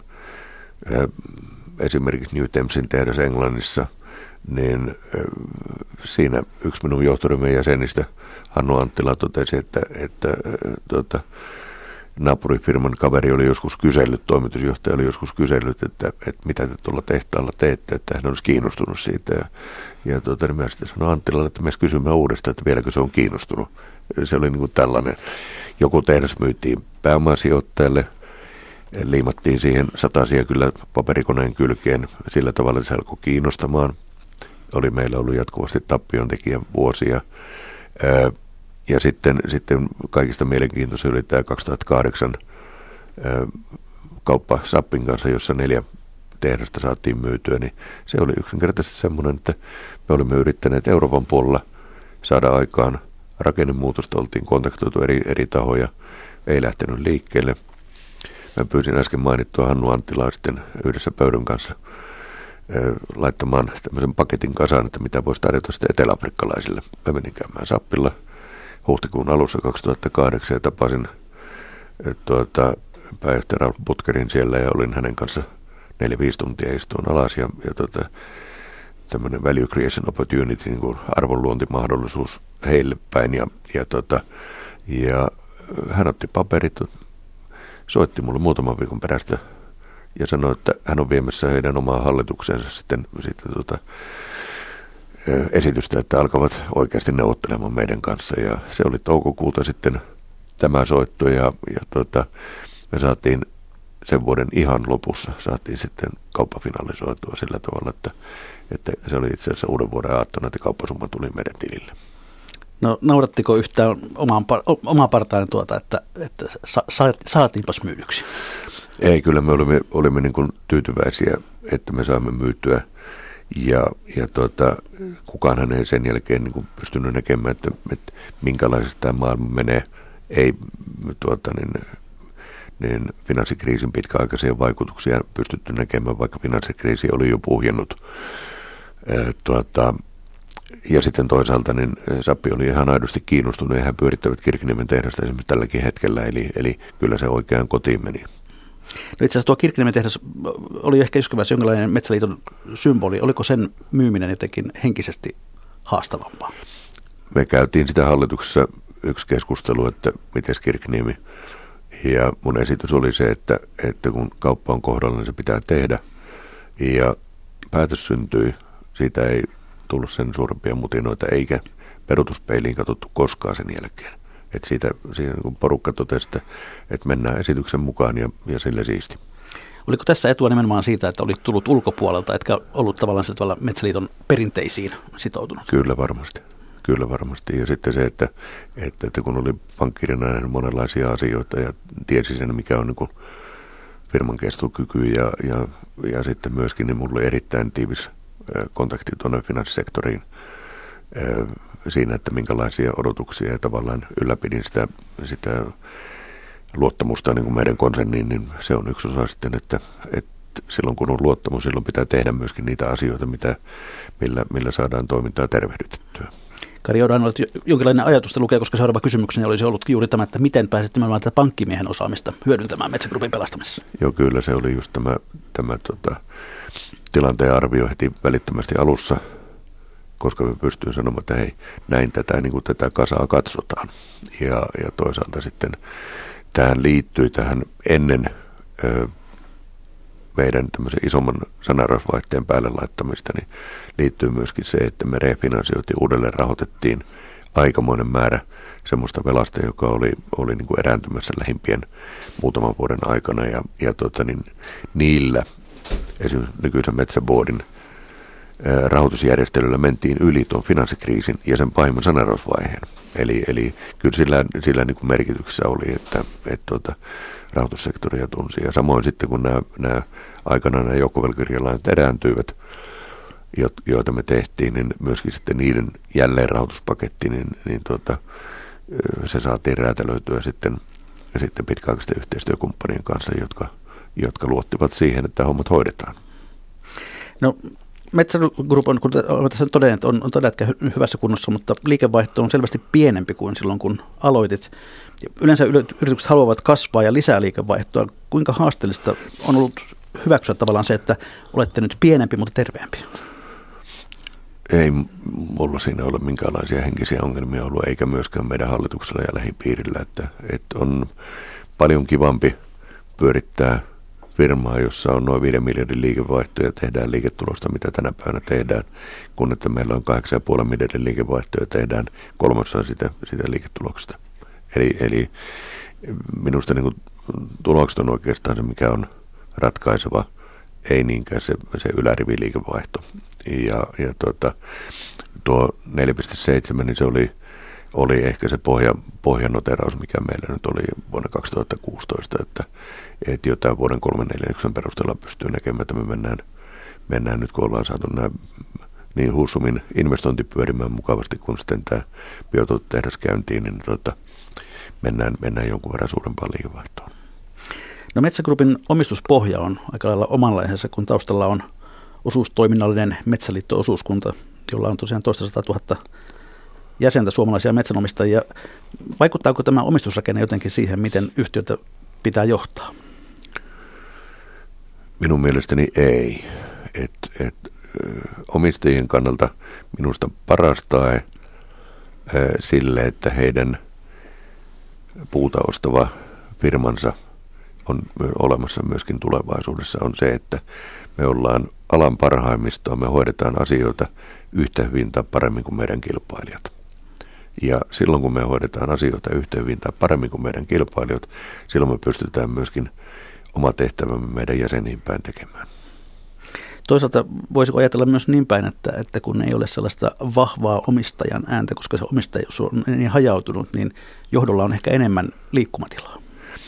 esimerkiksi New Thamesin tehdas Englannissa, niin siinä yksi minun johtoryhmän jäsenistä, Hannu Anttila, totesi, että, että tuota, naapurifirman kaveri oli joskus kysellyt, toimitusjohtaja oli joskus kysellyt, että, että mitä te tuolla tehtaalla teette, että hän olisi kiinnostunut siitä. Ja, ja tuota, niin mä sitten sanoin Anttilalle, että me kysymme uudestaan, että vieläkö se on kiinnostunut. Se oli niin kuin tällainen. Joku tehdas myytiin pääomasijoittajalle, liimattiin siihen satasia kyllä paperikoneen kylkeen sillä tavalla, että se alkoi kiinnostamaan. Oli meillä ollut jatkuvasti tappiontekijän vuosia. Ja sitten, sitten kaikista mielenkiintoisin oli tämä kaksituhattakahdeksan kauppa Sappin kanssa, jossa neljä tehdasta saatiin myytyä, niin se oli yksinkertaisesti semmoinen, että me olimme yrittäneet Euroopan puolella saada aikaan rakennemuutosta, oltiin kontaktoitu eri, eri tahoja, ei lähtenyt liikkeelle. Mä pyysin äsken mainittua Hannu Anttilaa sitten yhdessä Pöydön kanssa laittamaan tämmöisen paketin kasaan, että mitä voisi tarjota sitten eteläafrikkalaisille. Mä menin käymään Sappilla huhtikuun alussa kaksituhattakahdeksan ja tapasin tuota, pääjohtaja Ralf Butkerin siellä ja olin hänen kanssa neljä viisi tuntia istuun alas ja, ja tuota, tämmöinen value creation opportunity, niin kuin arvonluontimahdollisuus heille päin ja, ja, tuota, ja hän otti paperit, soitti mulle muutaman viikon perästä ja sanoi, että hän on viemässä heidän omaa hallituksensa sitten, sitten tuota, esitystä, että alkavat oikeasti neuvottelemaan meidän kanssa ja se oli toukokuuta sitten tämä soitto ja, ja tuota, me saatiin sen vuoden ihan lopussa saatiin sitten kauppa finalisoitua sillä tavalla, että, että se oli itse asiassa uuden vuoden aattona, että kauppasumma tuli meidän tilille. No noudattiko yhtään omaan, omaa partaan tuota, että, että sa, sa, saatiinpas myydyksi? Ei, kyllä me olimme, olimme niin kuin tyytyväisiä, että me saimme myytyä ja, ja tuota, kukaanhan ei sen jälkeen niin kuin pystynyt näkemään, että, että minkälaisesta tämä maailma menee. Ei tuota, niin, niin finanssikriisin pitkäaikaisia vaikutuksia pystytty näkemään, vaikka finanssikriisi oli jo puhjennut. E, tuota, ja sitten toisaalta niin Sappi oli ihan aidosti kiinnostunut ja hän pyörittävät Kirkkiniemen tehdasta esimerkiksi tälläkin hetkellä, eli, eli kyllä se oikeaan kotiin meni. No itse asiassa tuo Kirkkiniemen tehdas oli ehkä joskus jonkinlainen Metsäliiton symboli. Oliko sen myyminen jotenkin henkisesti haastavampaa? Me käytiin sitä hallituksessa yksi keskustelu, että miten Kirkkiniemi. Ja mun esitys oli se, että, että kun kauppa on kohdalla, niin se pitää tehdä. Ja päätös syntyi. Siitä ei tullut sen suurempia mutinoita, eikä peruutuspeiliin katsottu koskaan sen jälkeen. Että siitä, siitä kun porukka totesi, että, että mennään esityksen mukaan ja, ja sille siisti. Oliko tässä etua nimenomaan siitä, että olit tullut ulkopuolelta, etkä ollut tavallaan se tavalla Metsäliiton perinteisiin sitoutunut? Kyllä varmasti. Kyllä varmasti. Ja sitten se, että, että, että kun oli pankkirina nähnyt monenlaisia asioita ja tiesi sen, mikä on niin kuin firman kestokyky ja, ja, ja sitten myöskin, niin minulla oli erittäin tiivis kontakti tuonne finanssisektoriin siinä, että minkälaisia odotuksia ja tavallaan ylläpidin sitä, sitä luottamusta niin kuin meidän konserniin, niin se on yksi osa sitten, että, että silloin kun on luottamus, silloin pitää tehdä myöskin niitä asioita, mitä, millä, millä saadaan toimintaa tervehdytettyä. Kari Joudaan, olet jonkinlainen ajatusta lukea, koska seuraava kysymykseni olisi ollut juuri tämä, että miten pääset nimenomaan tätä pankkimiehen osaamista hyödyntämään Metsä Groupin pelastamisessa? Joo, kyllä se oli just tämä, tämä tota, tilanteen arvio heti välittömästi alussa, koska me pystyy sanomaan, että hei, näin tätä, niin kuin tätä kasaa katsotaan. Ja, ja toisaalta sitten tähän liittyy tähän ennen ö, meidän tämmöisen isomman sanarasvaihteen päälle laittamista, niin liittyy myöskin se, että me refinansioitiin, uudelleen rahoitettiin aikamoinen määrä semmoista velasta, joka oli, oli niin kuin erääntymässä lähimpien muutaman vuoden aikana. Ja, ja tota, niin, niillä esimerkiksi nykyisen Metsäboardin rahoitusjärjestelyllä mentiin yli tuon finanssikriisin ja sen pahimman sanarausvaiheen. Eli, eli kyllä sillä, sillä niin kuin merkityksessä oli, että, että tuota, rahoitussektoria tunsi. Ja samoin sitten, kun nämä, nämä aikanaan nämä joukkovelkakirjalainat erääntyivät, joita me tehtiin, niin myöskin sitten niiden jälleenrahoituspaketti, niin, niin tuota, se saatiin räätälöityä sitten, sitten pitkäaikaisten yhteistyökumppanien kanssa, jotka, jotka luottivat siihen, että hommat hoidetaan. No, Metsä Group on, kun olemme tässä todenneet, on, on todella hyvässä kunnossa, mutta liikevaihto on selvästi pienempi kuin silloin, kun aloitit. Yleensä yritykset haluavat kasvaa ja lisää liikevaihtoa. Kuinka haasteellista on ollut hyväksyä tavallaan se, että olette nyt pienempi, mutta terveempi? Ei mulla siinä ole minkäänlaisia henkisiä ongelmia ollut, eikä myöskään meidän hallituksella ja lähipiirillä. Että, että on paljon kivampi pyörittää firmaa, jossa on noin viiden miljardin liikevaihto ja tehdään liiketulosta, mitä tänä päivänä tehdään, kun että meillä on kahdeksan pilkku viisi miljardin liikevaihto ja tehdään kolmasosa sitä, sitä liiketuloksesta. Eli, eli minusta niin kuin tulokset on oikeastaan se, mikä on ratkaiseva, ei niinkään se, se yläriviliikevaihto. Ja, ja tuota, tuo neljä pilkku seitsemän, niin se oli, oli ehkä se pohja, pohjanoteraus, mikä meillä nyt oli vuonna kaksituhattakuusitoista, että, että jotain vuoden kolmen neljänneksen perusteella pystyy näkemään, että me mennään, mennään nyt, kun ollaan saatu nämä niin Hussumin investointi pyörimään mukavasti, kun sitten tämä biotuotetehdas käyntiin, niin tuota, mennään, mennään jonkun verran suurempaan liikevaihtoon. No Metsä Groupin omistuspohja on aika lailla omanlaisensa, kun taustalla on osuustoiminnallinen Metsäliitto-osuuskunta, jolla on tosiaan toista sata tuhatta jäsentä suomalaisia metsänomistajia. Vaikuttaako tämä omistusrakenne jotenkin siihen, miten yhtiötä pitää johtaa? Minun mielestäni ei. Et, et, omistajien kannalta minusta paras tae sille, että heidän puuta ostava firmansa on olemassa myöskin tulevaisuudessa, on se, että me ollaan alan parhaimmistoa, me hoidetaan asioita yhtä hyvin tai paremmin kuin meidän kilpailijat. Ja silloin, kun me hoidetaan asioita yhtä hyvin tai paremmin kuin meidän kilpailijat, silloin me pystytään myöskin oma tehtävämme meidän jäseniin päin tekemään. Toisaalta voisiko ajatella myös niin päin, että, että kun ei ole sellaista vahvaa omistajan ääntä, koska se omistajuus on niin hajautunut, niin johdolla on ehkä enemmän liikkumatilaa?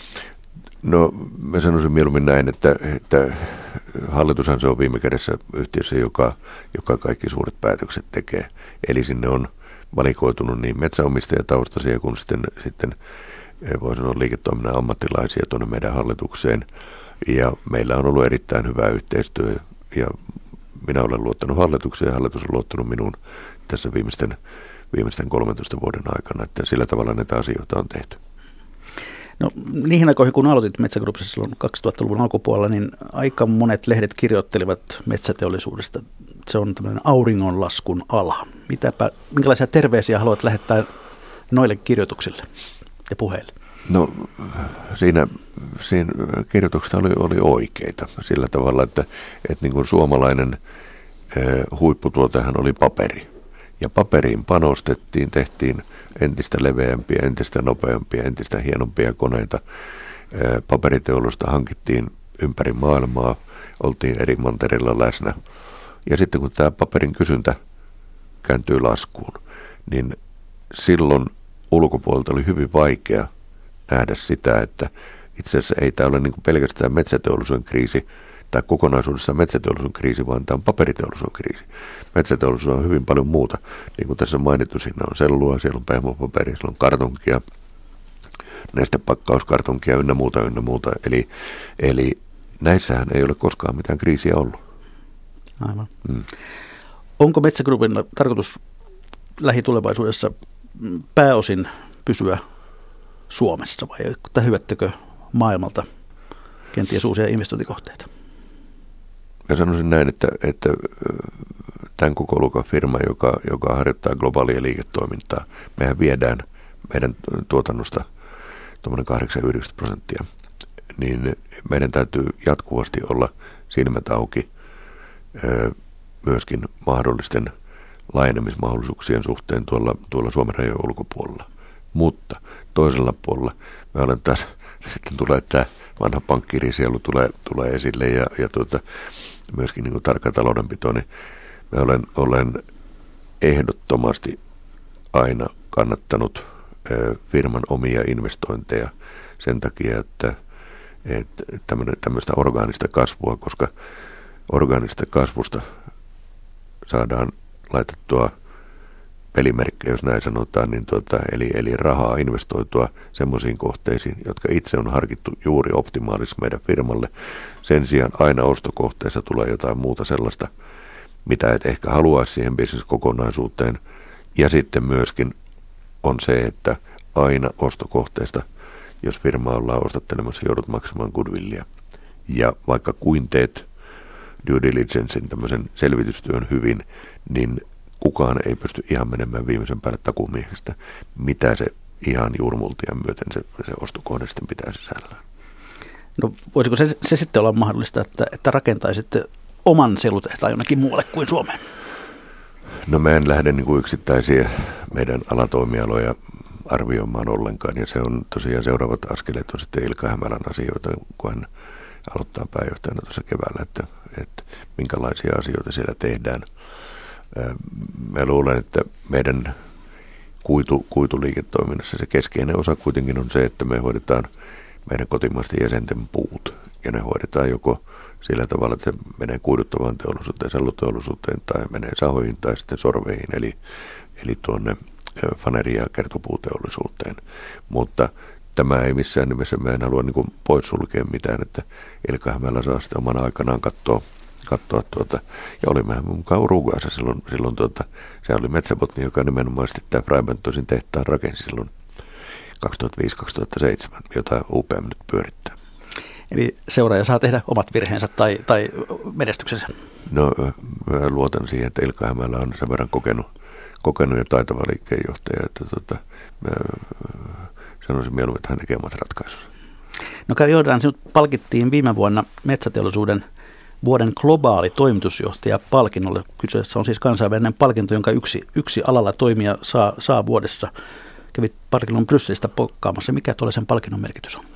No mä sanoisin mieluummin näin, että, että hallitushan se on viime kädessä yhtiössä, joka, joka kaikki suuret päätökset tekee. Eli sinne on valikoitunut niin metsäomistajataustaisia kuin sitten, sitten voi sanoa liiketoiminnan ammattilaisia tuonne meidän hallitukseen. Ja meillä on ollut erittäin hyvä yhteistyö ja minä olen luottanut hallitukseen ja hallitus on luottanut minuun tässä viimeisten, viimeisten kolmentoista vuoden aikana, että sillä tavalla näitä asioita on tehty. No niihin aikoihin, kun aloitit Metsä Groupissa silloin kaksituhattaluvun alkupuolella, niin aika monet lehdet kirjoittelivat metsäteollisuudesta. Se on tämmöinen auringonlaskun ala. Mitäpä, minkälaisia terveisiä haluat lähettää noille kirjoituksille ja puheille? No siinä, siinä kirjoituksessa oli, oli oikeita sillä tavalla, että, että niin kuin suomalainen eh, huipputuotehan oli paperi. Ja paperiin panostettiin, tehtiin entistä leveämpiä, entistä nopeampia, entistä hienompia koneita. Paperiteollisuudesta hankittiin ympäri maailmaa, oltiin eri mantereilla läsnä. Ja sitten kun tämä paperin kysyntä kääntyy laskuun, niin silloin ulkopuolelta oli hyvin vaikea nähdä sitä, että itse asiassa ei tämä ole niin kuin pelkästään metsäteollisuuden kriisi, tai kokonaisuudessaan metsäteollisuuden kriisi, vaan tämä on paperiteollisuuden kriisi. Metsäteollisuus on hyvin paljon muuta. Niin kuin tässä on mainittu, siinä on sellua, siellä on pehmopaperia, siellä on kartonkia, nestepakkauskartonkia ynnä muuta, ynnä muuta. Eli, eli näissähän ei ole koskaan mitään kriisiä ollut. Aivan. Hmm. Onko Metsä Groupin tarkoitus lähitulevaisuudessa pääosin pysyä Suomessa vai tähyättekö maailmalta kenties uusia investointikohteita? Mä sanoisin näin, että, että tämän koko luokan firma, joka, joka harjoittaa globaalia liiketoimintaa. Mehän viedään meidän tuotannosta tuommoinen kahdeksankymmentä prosenttia, niin meidän täytyy jatkuvasti olla silmät auki myöskin mahdollisten laajenemismahdollisuuksien suhteen tuolla, tuolla Suomen rajojen ulkopuolella. Mutta toisella puolella me olen taas, sitten tulee tämä vanha pankkirisielu tulee, tulee esille ja, ja tuota, myöskin niin kuin tarkka taloudenpito, niin mä olen, olen ehdottomasti aina kannattanut ö, firman omia investointeja sen takia, että, että tämmöistä orgaanista kasvua, koska orgaanista kasvusta saadaan laitettua pelimerkkejä, jos näin sanotaan, niin tuota, eli, eli rahaa investoitua semmoisiin kohteisiin, jotka itse on harkittu juuri optimaalisesti meidän firmalle. Sen sijaan aina ostokohteessa tulee jotain muuta sellaista, mitä et ehkä haluaisi siihen bisneskokonaisuuteen. Ja sitten myöskin on se, että aina ostokohteesta, jos firma ollaan ostattelemassa, joudut maksamaan goodwillia. Ja vaikka kuin teet due diligencein tämmöisen selvitystyön hyvin, niin kukaan ei pysty ihan menemään viimeisen päälle takumiehestä, mitä se ihan juurmultian myöten se, se ostokohde sitten pitää sisällään. No voisiko se, se sitten olla mahdollista, että, että rakentaisitte oman sellutehtaan jonnekin muualle kuin Suomeen? No mä en lähde niin kuin yksittäisiä meidän alatoimialoja arvioimaan ollenkaan, ja se on tosiaan seuraavat askeleet on sitten Ilkka Hämälän asioita, kun hän aloittaa pääjohtajana tuossa keväällä, että, että minkälaisia asioita siellä tehdään. Mä luulen, että meidän kuitu, kuituliiketoiminnassa se keskeinen osa kuitenkin on se, että me hoidetaan meidän kotimaisten jäsenten puut. Ja ne hoidetaan joko sillä tavalla, että se menee kuiduttavaan teollisuuteen, selluteollisuuteen tai menee sahoihin tai sitten sorveihin, eli, eli tuonne faneri- ja kertopuuteollisuuteen. Mutta tämä ei missään nimessä, mä en halua niin kuin poissulkea mitään, että Ilkka Hämälä saa sitten omana aikanaan katsoa katsoa tuota, ja oli mehän mukaan Uruguayssa silloin, silloin tuota, se oli Metsäbotni, joka nimenomaan sitten tämä Freibentosin tehtaan rakensi silloin kaksituhattaviisi kaksituhattaseitsemän, jota U P M nyt pyörittää. Eli seuraaja saa tehdä omat virheensä tai, tai menestyksensä? No mä luotan siihen, että Ilkka Hämälä on sen verran kokenut, kokenut ja taitava liikkeenjohtaja, että tuota, mä sanoisin mieluummin, että hän tekee omat ratkaisuja. No Kari Jordan, sinut palkittiin viime vuonna metsäteollisuuden vuoden globaali toimitusjohtaja palkinnolle. Kyseessä on siis kansainvälinen palkinto, jonka yksi, yksi alalla toimija saa, saa vuodessa. Kävit palkinnon Brysselistä pokkaamassa. Mikä tuollaisen palkinnon merkitys on?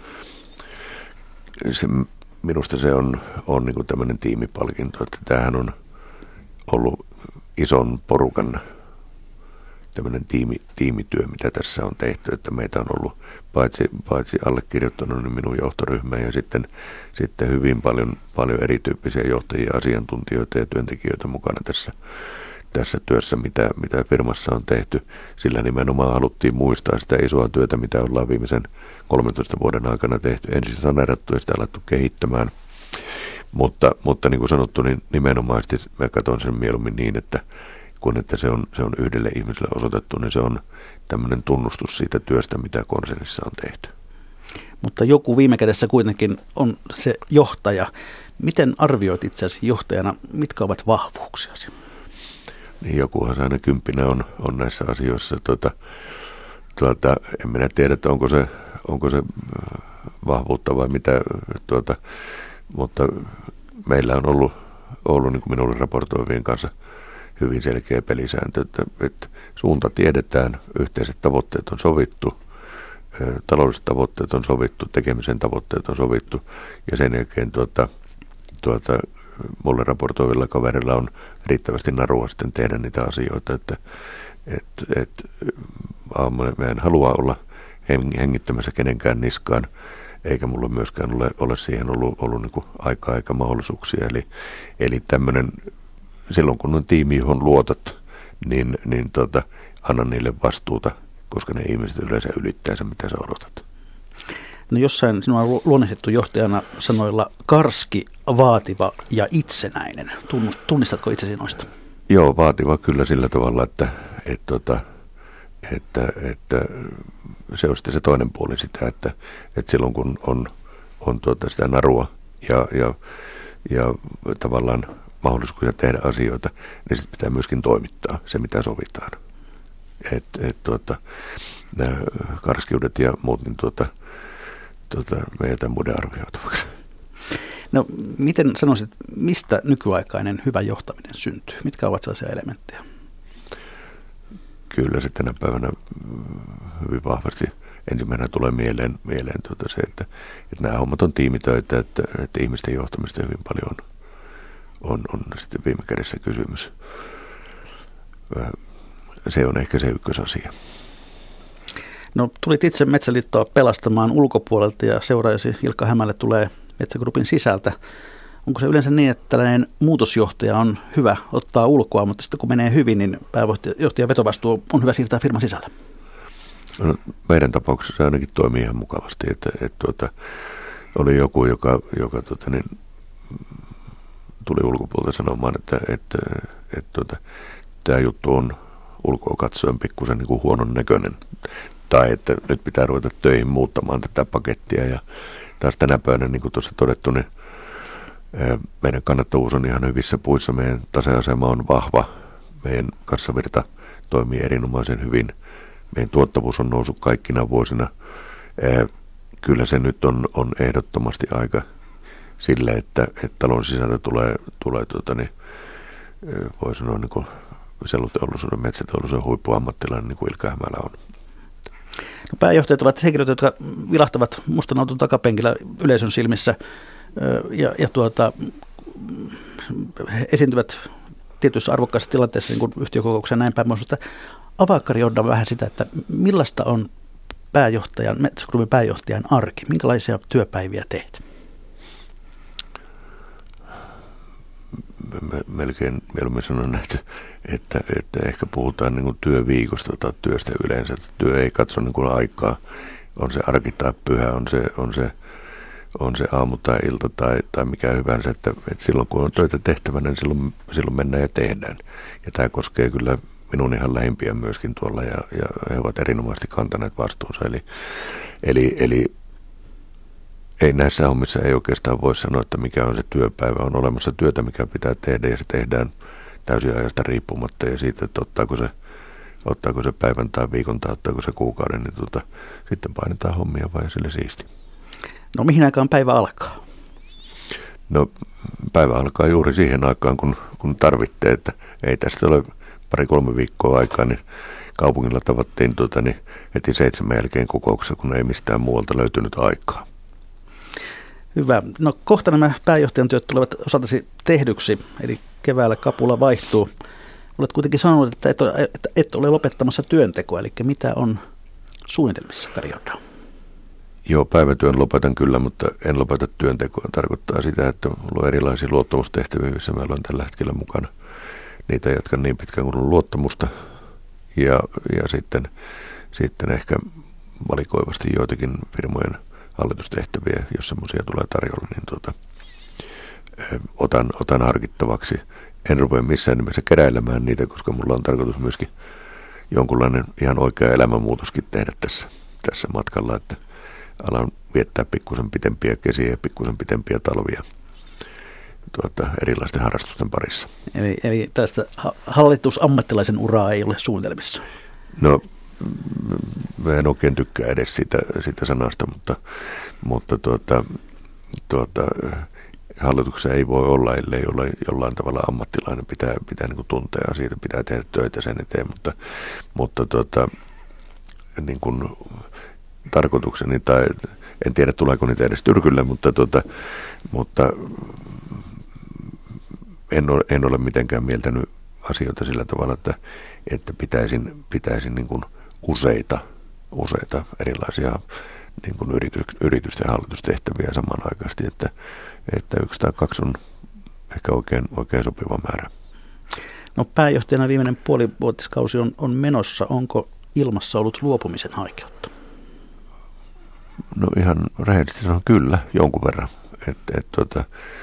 Se, minusta se on, on niin kuin tämmöinen tiimipalkinto. Että tämähän on ollut ison porukan tämmöinen tiimi, tiimityö, mitä tässä on tehty, että meitä on ollut paitsi, paitsi allekirjoittanut niin minun johtoryhmä ja sitten, sitten hyvin paljon, paljon erityyppisiä johtajia, asiantuntijoita ja työntekijöitä mukana tässä, tässä työssä, mitä, mitä firmassa on tehty. Sillä nimenomaan haluttiin muistaa sitä isoa työtä, mitä ollaan viimeisen kolmentoista vuoden aikana tehty. Ensin saneerattu ja sitä alettu kehittämään. Mutta, mutta niin kuin sanottu, niin nimenomaan mä katson sen mieluummin niin, että kun että se on, se on yhdelle ihmiselle osoitettu, niin se on tämmöinen tunnustus siitä työstä, mitä konsernissa on tehty. Mutta joku viime kädessä kuitenkin on se johtaja. Miten arvioit itseäsi johtajana, mitkä ovat vahvuuksiasi? Niin jokuhan se aina kymppinä on, on näissä asioissa. Tuota, tuota, en minä tiedä, että onko se, onko se vahvuutta vai mitä, tuota, mutta meillä on ollut, ollut niin kuin minulle raportoivien kanssa hyvin selkeä pelisääntö, että, että suunta tiedetään, yhteiset tavoitteet on sovittu, taloudelliset tavoitteet on sovittu, tekemisen tavoitteet on sovittu ja sen jälkeen tuota, tuota, mulle raportoivilla kaverilla on riittävästi narua sitten tehdä niitä asioita, että et, et, mä en halua olla hengittämässä kenenkään niskaan, eikä mulla myöskään ole, ole siihen ollut, ollut niin kuin aikaa eikä mahdollisuuksia, eli, eli tämmöinen silloin kun on tiimi, johon luotat, niin, niin tota, anna niille vastuuta, koska ne ihmiset yleensä ylittää sen, mitä sä odotat. No jossain sinua on luonnistettu johtajana sanoilla karski, vaativa ja itsenäinen. Tunnistatko itsesi noista? Joo, vaativa kyllä sillä tavalla, että, että, että, että, että se on sitten se toinen puoli sitä, että, että silloin kun on, on tuota sitä narua ja, ja, ja tavallaan mahdollisuuksia tehdä asioita, niin sitten pitää myöskin toimittaa se, mitä sovitaan. Et, et, tuota, nämä karskiudet ja muut, niin tuota, tuota, me jätän muiden arvioitavaksi. No miten sanoisit, mistä nykyaikainen hyvä johtaminen syntyy? Mitkä ovat sellaisia elementtejä? Kyllä se tänä päivänä hyvin vahvasti ensimmäisenä tulee mieleen, mieleen tuota se, että, että nämä hommat on tiimitöitä, että, että ihmisten johtamista hyvin paljon on, on, on sitten viime kädessä kysymys. Se on ehkä se ykkösasia. No tulit itse Metsäliittoa pelastamaan ulkopuolelta ja seuraajasi Ilkka Hämälä tulee Metsägrupin sisältä. Onko se yleensä niin, että tällainen muutosjohtaja on hyvä ottaa ulkoa, mutta sitten kun menee hyvin, niin pääjohtajan vetovastuu on hyvä siirtää firman sisällä? No, meidän tapauksessa ainakin toimii ihan mukavasti, että, että, että tuota, oli joku, joka, joka tuota, niin, tuli ulkopuolelta sanomaan, että, että, että, että tuota, tämä juttu on ulkoa katsoen pikkusen niin kuin huonon näköinen, tai että nyt pitää ruveta töihin muuttamaan tätä pakettia, ja taas tänä päivänä, niin kuin tuossa todettu, niin meidän kannattavuus on ihan hyvissä puissa, meidän taseasema on vahva, meidän kassavirta toimii erinomaisen hyvin, meidän tuottavuus on noussut kaikkina vuosina. Kyllä se nyt on, on ehdottomasti aika sille, että, että talon sisältä tulee, tulee tuota, niin, voi sanoa niin kuin selluteollisuuden, metsäteollisuuden huippuammattilainen, niin kuin Ilkka Hämälä on. No, pääjohtajat ovat henkilöt, jotka vilahtavat mustan auton takapenkillä yleisön silmissä ja, ja tuota, esiintyvät tietyissä arvokkaissa tilanteissa, niin kuin yhtiökokouksia näin päin. Mutta avaa Kari Odda vähän sitä, että millaista on pääjohtajan, Metsägrupin pääjohtajan arki? Minkälaisia työpäiviä teet? Melkein mieluummin sanon, että, että, että ehkä puhutaan niin kuin työviikosta tai työstä yleensä. Työ ei katso niin kuin aikaa. On se arki tai pyhä, on se, on se, on se aamu tai ilta tai, tai mikä hyvänsä. Että, että silloin kun on töitä tehtävänä, niin silloin, silloin mennään ja tehdään. Ja tämä koskee kyllä minun ihan lähimpiä myöskin tuolla, ja, ja he ovat erinomaisesti kantaneet vastuunsa. Eli, eli, eli ei näissä hommissa ei oikeastaan voi sanoa, että mikä on se työpäivä. On olemassa työtä, mikä pitää tehdä, ja se tehdään täysin ajasta riippumatta, ja siitä, että ottaako se, ottaako se päivän tai viikon tai ottaako se kuukauden, niin tuota, sitten painetaan hommia vai sille siisti. No mihin aikaan päivä alkaa? No päivä alkaa juuri siihen aikaan, kun, kun tarvitte, että ei tästä ole pari-kolme viikkoa aikaa, niin kaupungilla tavattiin tuota, niin heti seitsemän jälkeen kokouksessa, kun ei mistään muualta löytynyt aikaa. Hyvä. No kohta nämä pääjohtajan työt tulevat osaltasi tehdyksi, eli keväällä kapula vaihtuu. Olet kuitenkin sanonut, että et ole, että et ole lopettamassa työntekoa, eli mitä on suunnitelmissa, Kari Odda? Joo, päivätyön lopetan kyllä, mutta en lopeta työntekoa. Tarkoittaa sitä, että minulla on erilaisia luottamustehtäviä, missä mä olen tällä hetkellä mukana. Niitä jatkan niin pitkään kuin on luottamusta, ja, ja sitten, sitten ehkä valikoivasti joitakin firmojen hallitustehtäviä, jos semmoisia tulee tarjolla, niin tuota, otan, otan harkittavaksi. En rupea missään nimessä keräilemään niitä, koska mulla on tarkoitus myöskin jonkunlainen ihan oikea elämänmuutoskin tehdä tässä, tässä matkalla, että alan viettää pikkusen pitempiä kesiä ja pikkusen pitempiä talvia tuota, erilaisten harrastusten parissa. Eli, eli tästä hallitusammattilaisen uraa ei ole suunnitelmissa? No, mä en oikein tykkää edes sitä, sitä sanasta, mutta, mutta tuota, tuota, hallituksessa ei voi olla, ellei ole jollain tavalla ammattilainen. Pitää, pitää niin kuin tuntea siitä, pitää tehdä töitä sen eteen, mutta, mutta tuota, niin kuin tarkoitukseni, tai en tiedä tuleeko niitä edes tyrkylle, mutta, tuota, mutta en, ole, en ole mitenkään mieltänyt asioita sillä tavalla, että, että pitäisin, pitäisin niin kuin useita, useita erilaisia niin kuin yritys, yritysten ja hallitustehtäviä samanaikaisesti, että, että yksi tai kaksi on ehkä oikein, oikein sopiva määrä. No pääjohtajana viimeinen puolivuotiskausi on, on menossa. Onko ilmassa ollut luopumisen haikeutta? No ihan rehellisesti sanon kyllä, jonkun verran. Et, et, tuota,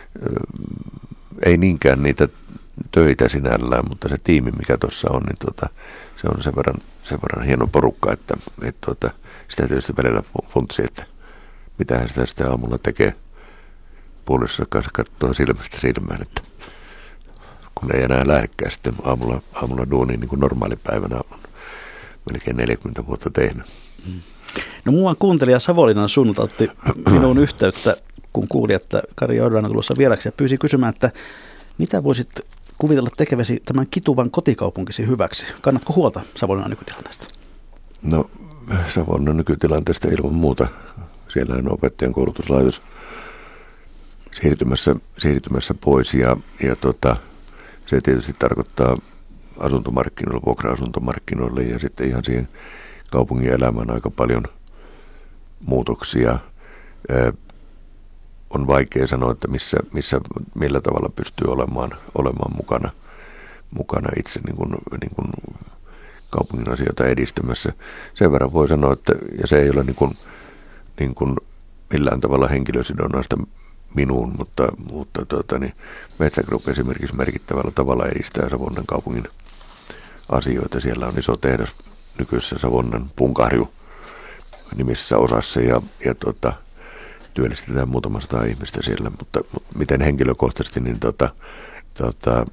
ei niinkään niitä töitä sinällään, mutta se tiimi, mikä tuossa on, niin tuota, se on sen verran, sen verran hieno porukka, että et, tuota, sitä tietysti välillä funtsi, että mitähän sitä sitten aamulla tekee puolessa kanssa katsoa silmästä silmään, että kun ei enää lähdekään sitten aamulla, aamulla duuniin niin kuin normaalipäivänä on melkein neljäkymmentä vuotta tehnyt. No muuan kuuntelija Savonlinnan suunnalta otti minuun yhteyttä, kun kuuli, että Kari Jordan on tulossa vieraksi ja pyysi kysymään, että mitä voisit kuvitella tekeväsi tämän kituvan kotikaupunkisi hyväksi? Kannatko huolta Savonlinnan nykytilanteesta? No Savonlinnan nykytilanteesta ilman muuta. Siellä on opettajan koulutuslaitos siirtymässä, siirtymässä pois ja, ja tota, se tietysti tarkoittaa asuntomarkkinoille, vuokra-asuntomarkkinoille ja sitten ihan siihen kaupungin elämään aika paljon muutoksia. Ee, on vaikea sanoa, että missä, missä, millä tavalla pystyy olemaan, olemaan mukana, mukana itse niin kuin, niin kuin kaupungin asioita edistämässä. Sen verran voi sanoa, että ja se ei ole niin kuin, niin kuin millään tavalla henkilösidonnaista minuun, mutta, mutta tuota, niin Metsä Group esimerkiksi merkittävällä tavalla edistää Savonlinnan kaupungin asioita. Siellä on iso tehdas nykyisessä Savonlinnan Punkaharju nimisessä osassa ja, ja tuota, työllistetään muutama sata ihmistä siellä, mutta, mutta miten henkilökohtaisesti, niin tuota, tuota,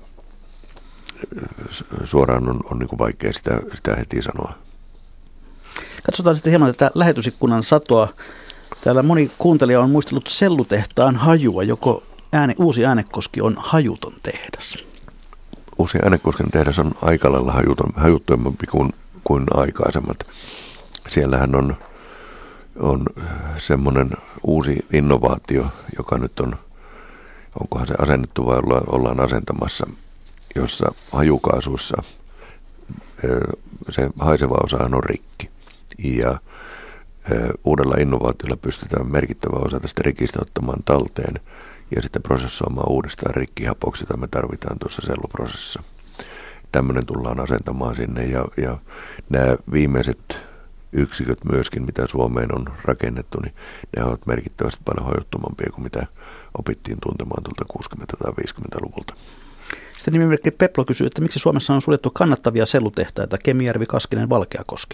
suoraan on, on niin kuin vaikea sitä, sitä heti sanoa. Katsotaan sitten hieman tätä lähetysikkunan satoa. Täällä moni kuuntelija on muistellut sellutehtaan hajua, joko ääne, Uusi Äänekoski on hajuton tehdas. Uusi Äänekosken tehdas on aika lailla hajuton, hajuttomampi kuin, kuin aikaisemmat. Siellähän on, on semmoinen uusi innovaatio, joka nyt on, onkohan se asennettu vai ollaan, ollaan asentamassa, jossa hajukaasuissa se haiseva osahan on rikki. Ja uudella innovaatiolla pystytään merkittävä osa tästä rikistä ottamaan talteen ja sitten prosessoimaan uudestaan rikkihapoksi, jota me tarvitaan tuossa selluprosessissa. Tämmöinen tullaan asentamaan sinne ja, ja nämä viimeiset yksiköt myöskin, mitä Suomeen on rakennettu, niin ne ovat merkittävästi paljon hajuttomampia kuin mitä opittiin tuntemaan tuolta kuusikymmentä- tai viisikymmentäluvulta. Sitten nimimerkki Peplo kysyy, että miksi Suomessa on suljettu kannattavia sellutehtaita Kemijärvi, Kaskinen, Valkeakoski?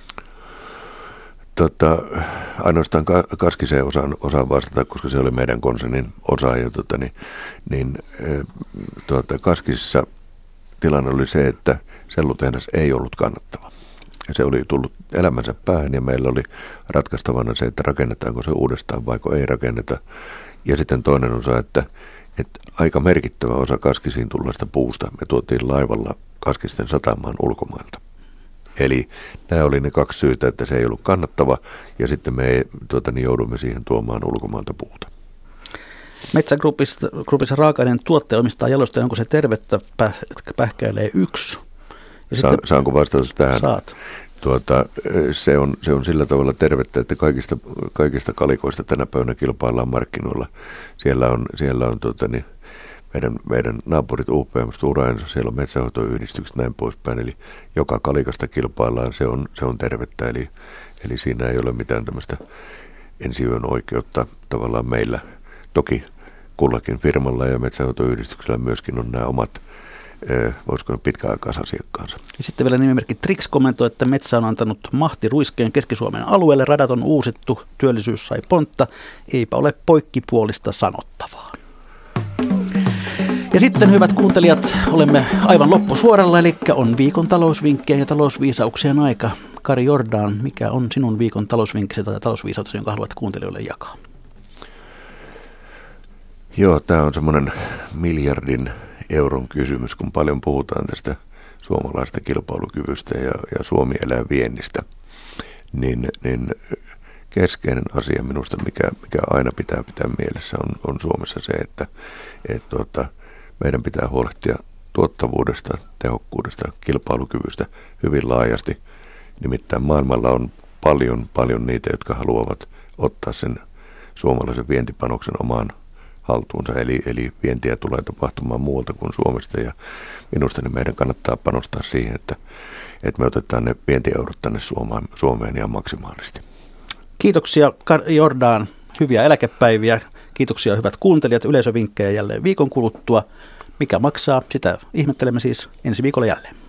Tota, ainoastaan Kaskiseen osaan, osaan vastata, koska se oli meidän konsernin osa. Ja tota, niin, niin, tuota, Kaskisessa tilanne oli se, että sellutehdas ei ollut kannattava. Ja se oli tullut elämänsä päähän ja meillä oli ratkaistavana se, että rakennetaanko se uudestaan vai ei rakenneta. Ja sitten toinen osa, että, että aika merkittävä osa Kaskisiin tulleesta puusta me tuotiin laivalla Kaskisten satamaan ulkomailta. Eli nämä oli ne kaksi syytä, että se ei ollut kannattava ja sitten me tuota, niin joudumme siihen tuomaan ulkomailta puuta. Metsä Groupissa raaka-aineen tuottaja omistaa jalostajan, onko se tervettä pähkäilee yksi? Ja Sa- sitten, saanko vastata tähän? Saat. Tuota, se, on, se on sillä tavalla tervettä, että kaikista, kaikista kalikoista tänä päivänä kilpaillaan markkinoilla. Siellä on, siellä on tuota, niin, meidän, meidän naapurit U P M, Stora Enso, siellä on metsänhoitoyhdistykset näin poispäin. Eli joka kalikasta kilpaillaan, se on, se on tervettä. Eli, eli siinä ei ole mitään tämmöistä ensiyön oikeutta tavallaan meillä. Toki kullakin firmalla ja metsänhoitoyhdistyksellä myöskin on nämä omat, voisiko pitkäaikaisasiakkaansa. Ja sitten vielä nimimerkki Trix kommentoi, että Metsä on antanut mahtiruiskeen Keski-Suomen alueelle. Radat on uusittu, työllisyys sai pontta, eipä ole poikkipuolista sanottavaa. Ja sitten hyvät kuuntelijat, olemme aivan loppusuoralla, eli on viikon talousvinkkejä ja talousviisauksien aika. Kari Jordan, mikä on sinun viikon talousvinkkisi tai talousviisautesi, jonka haluat kuuntelijoille jakaa? Joo, tämä on semmoinen miljardin euron kysymys, kun paljon puhutaan tästä suomalaisesta kilpailukyvystä ja, ja Suomi elää viennistä, niin, niin keskeinen asia minusta, mikä, mikä aina pitää pitää mielessä, on, on Suomessa se, että et, tuota, meidän pitää huolehtia tuottavuudesta, tehokkuudesta, kilpailukyvystä hyvin laajasti. Nimittäin maailmalla on paljon, paljon niitä, jotka haluavat ottaa sen suomalaisen vientipanoksen omaan haltuunsa, eli, eli vientiä tulee tapahtumaan muualta kuin Suomesta, ja minusta niin meidän kannattaa panostaa siihen, että, että me otetaan ne vientieurot tänne Suomeen, Suomeen ihan maksimaalisesti. Kiitoksia Kari Jordan, hyviä eläkepäiviä, kiitoksia hyvät kuuntelijat, yleisövinkkejä jälleen viikon kuluttua. Mikä maksaa, sitä ihmettelemme siis ensi viikolla jälleen.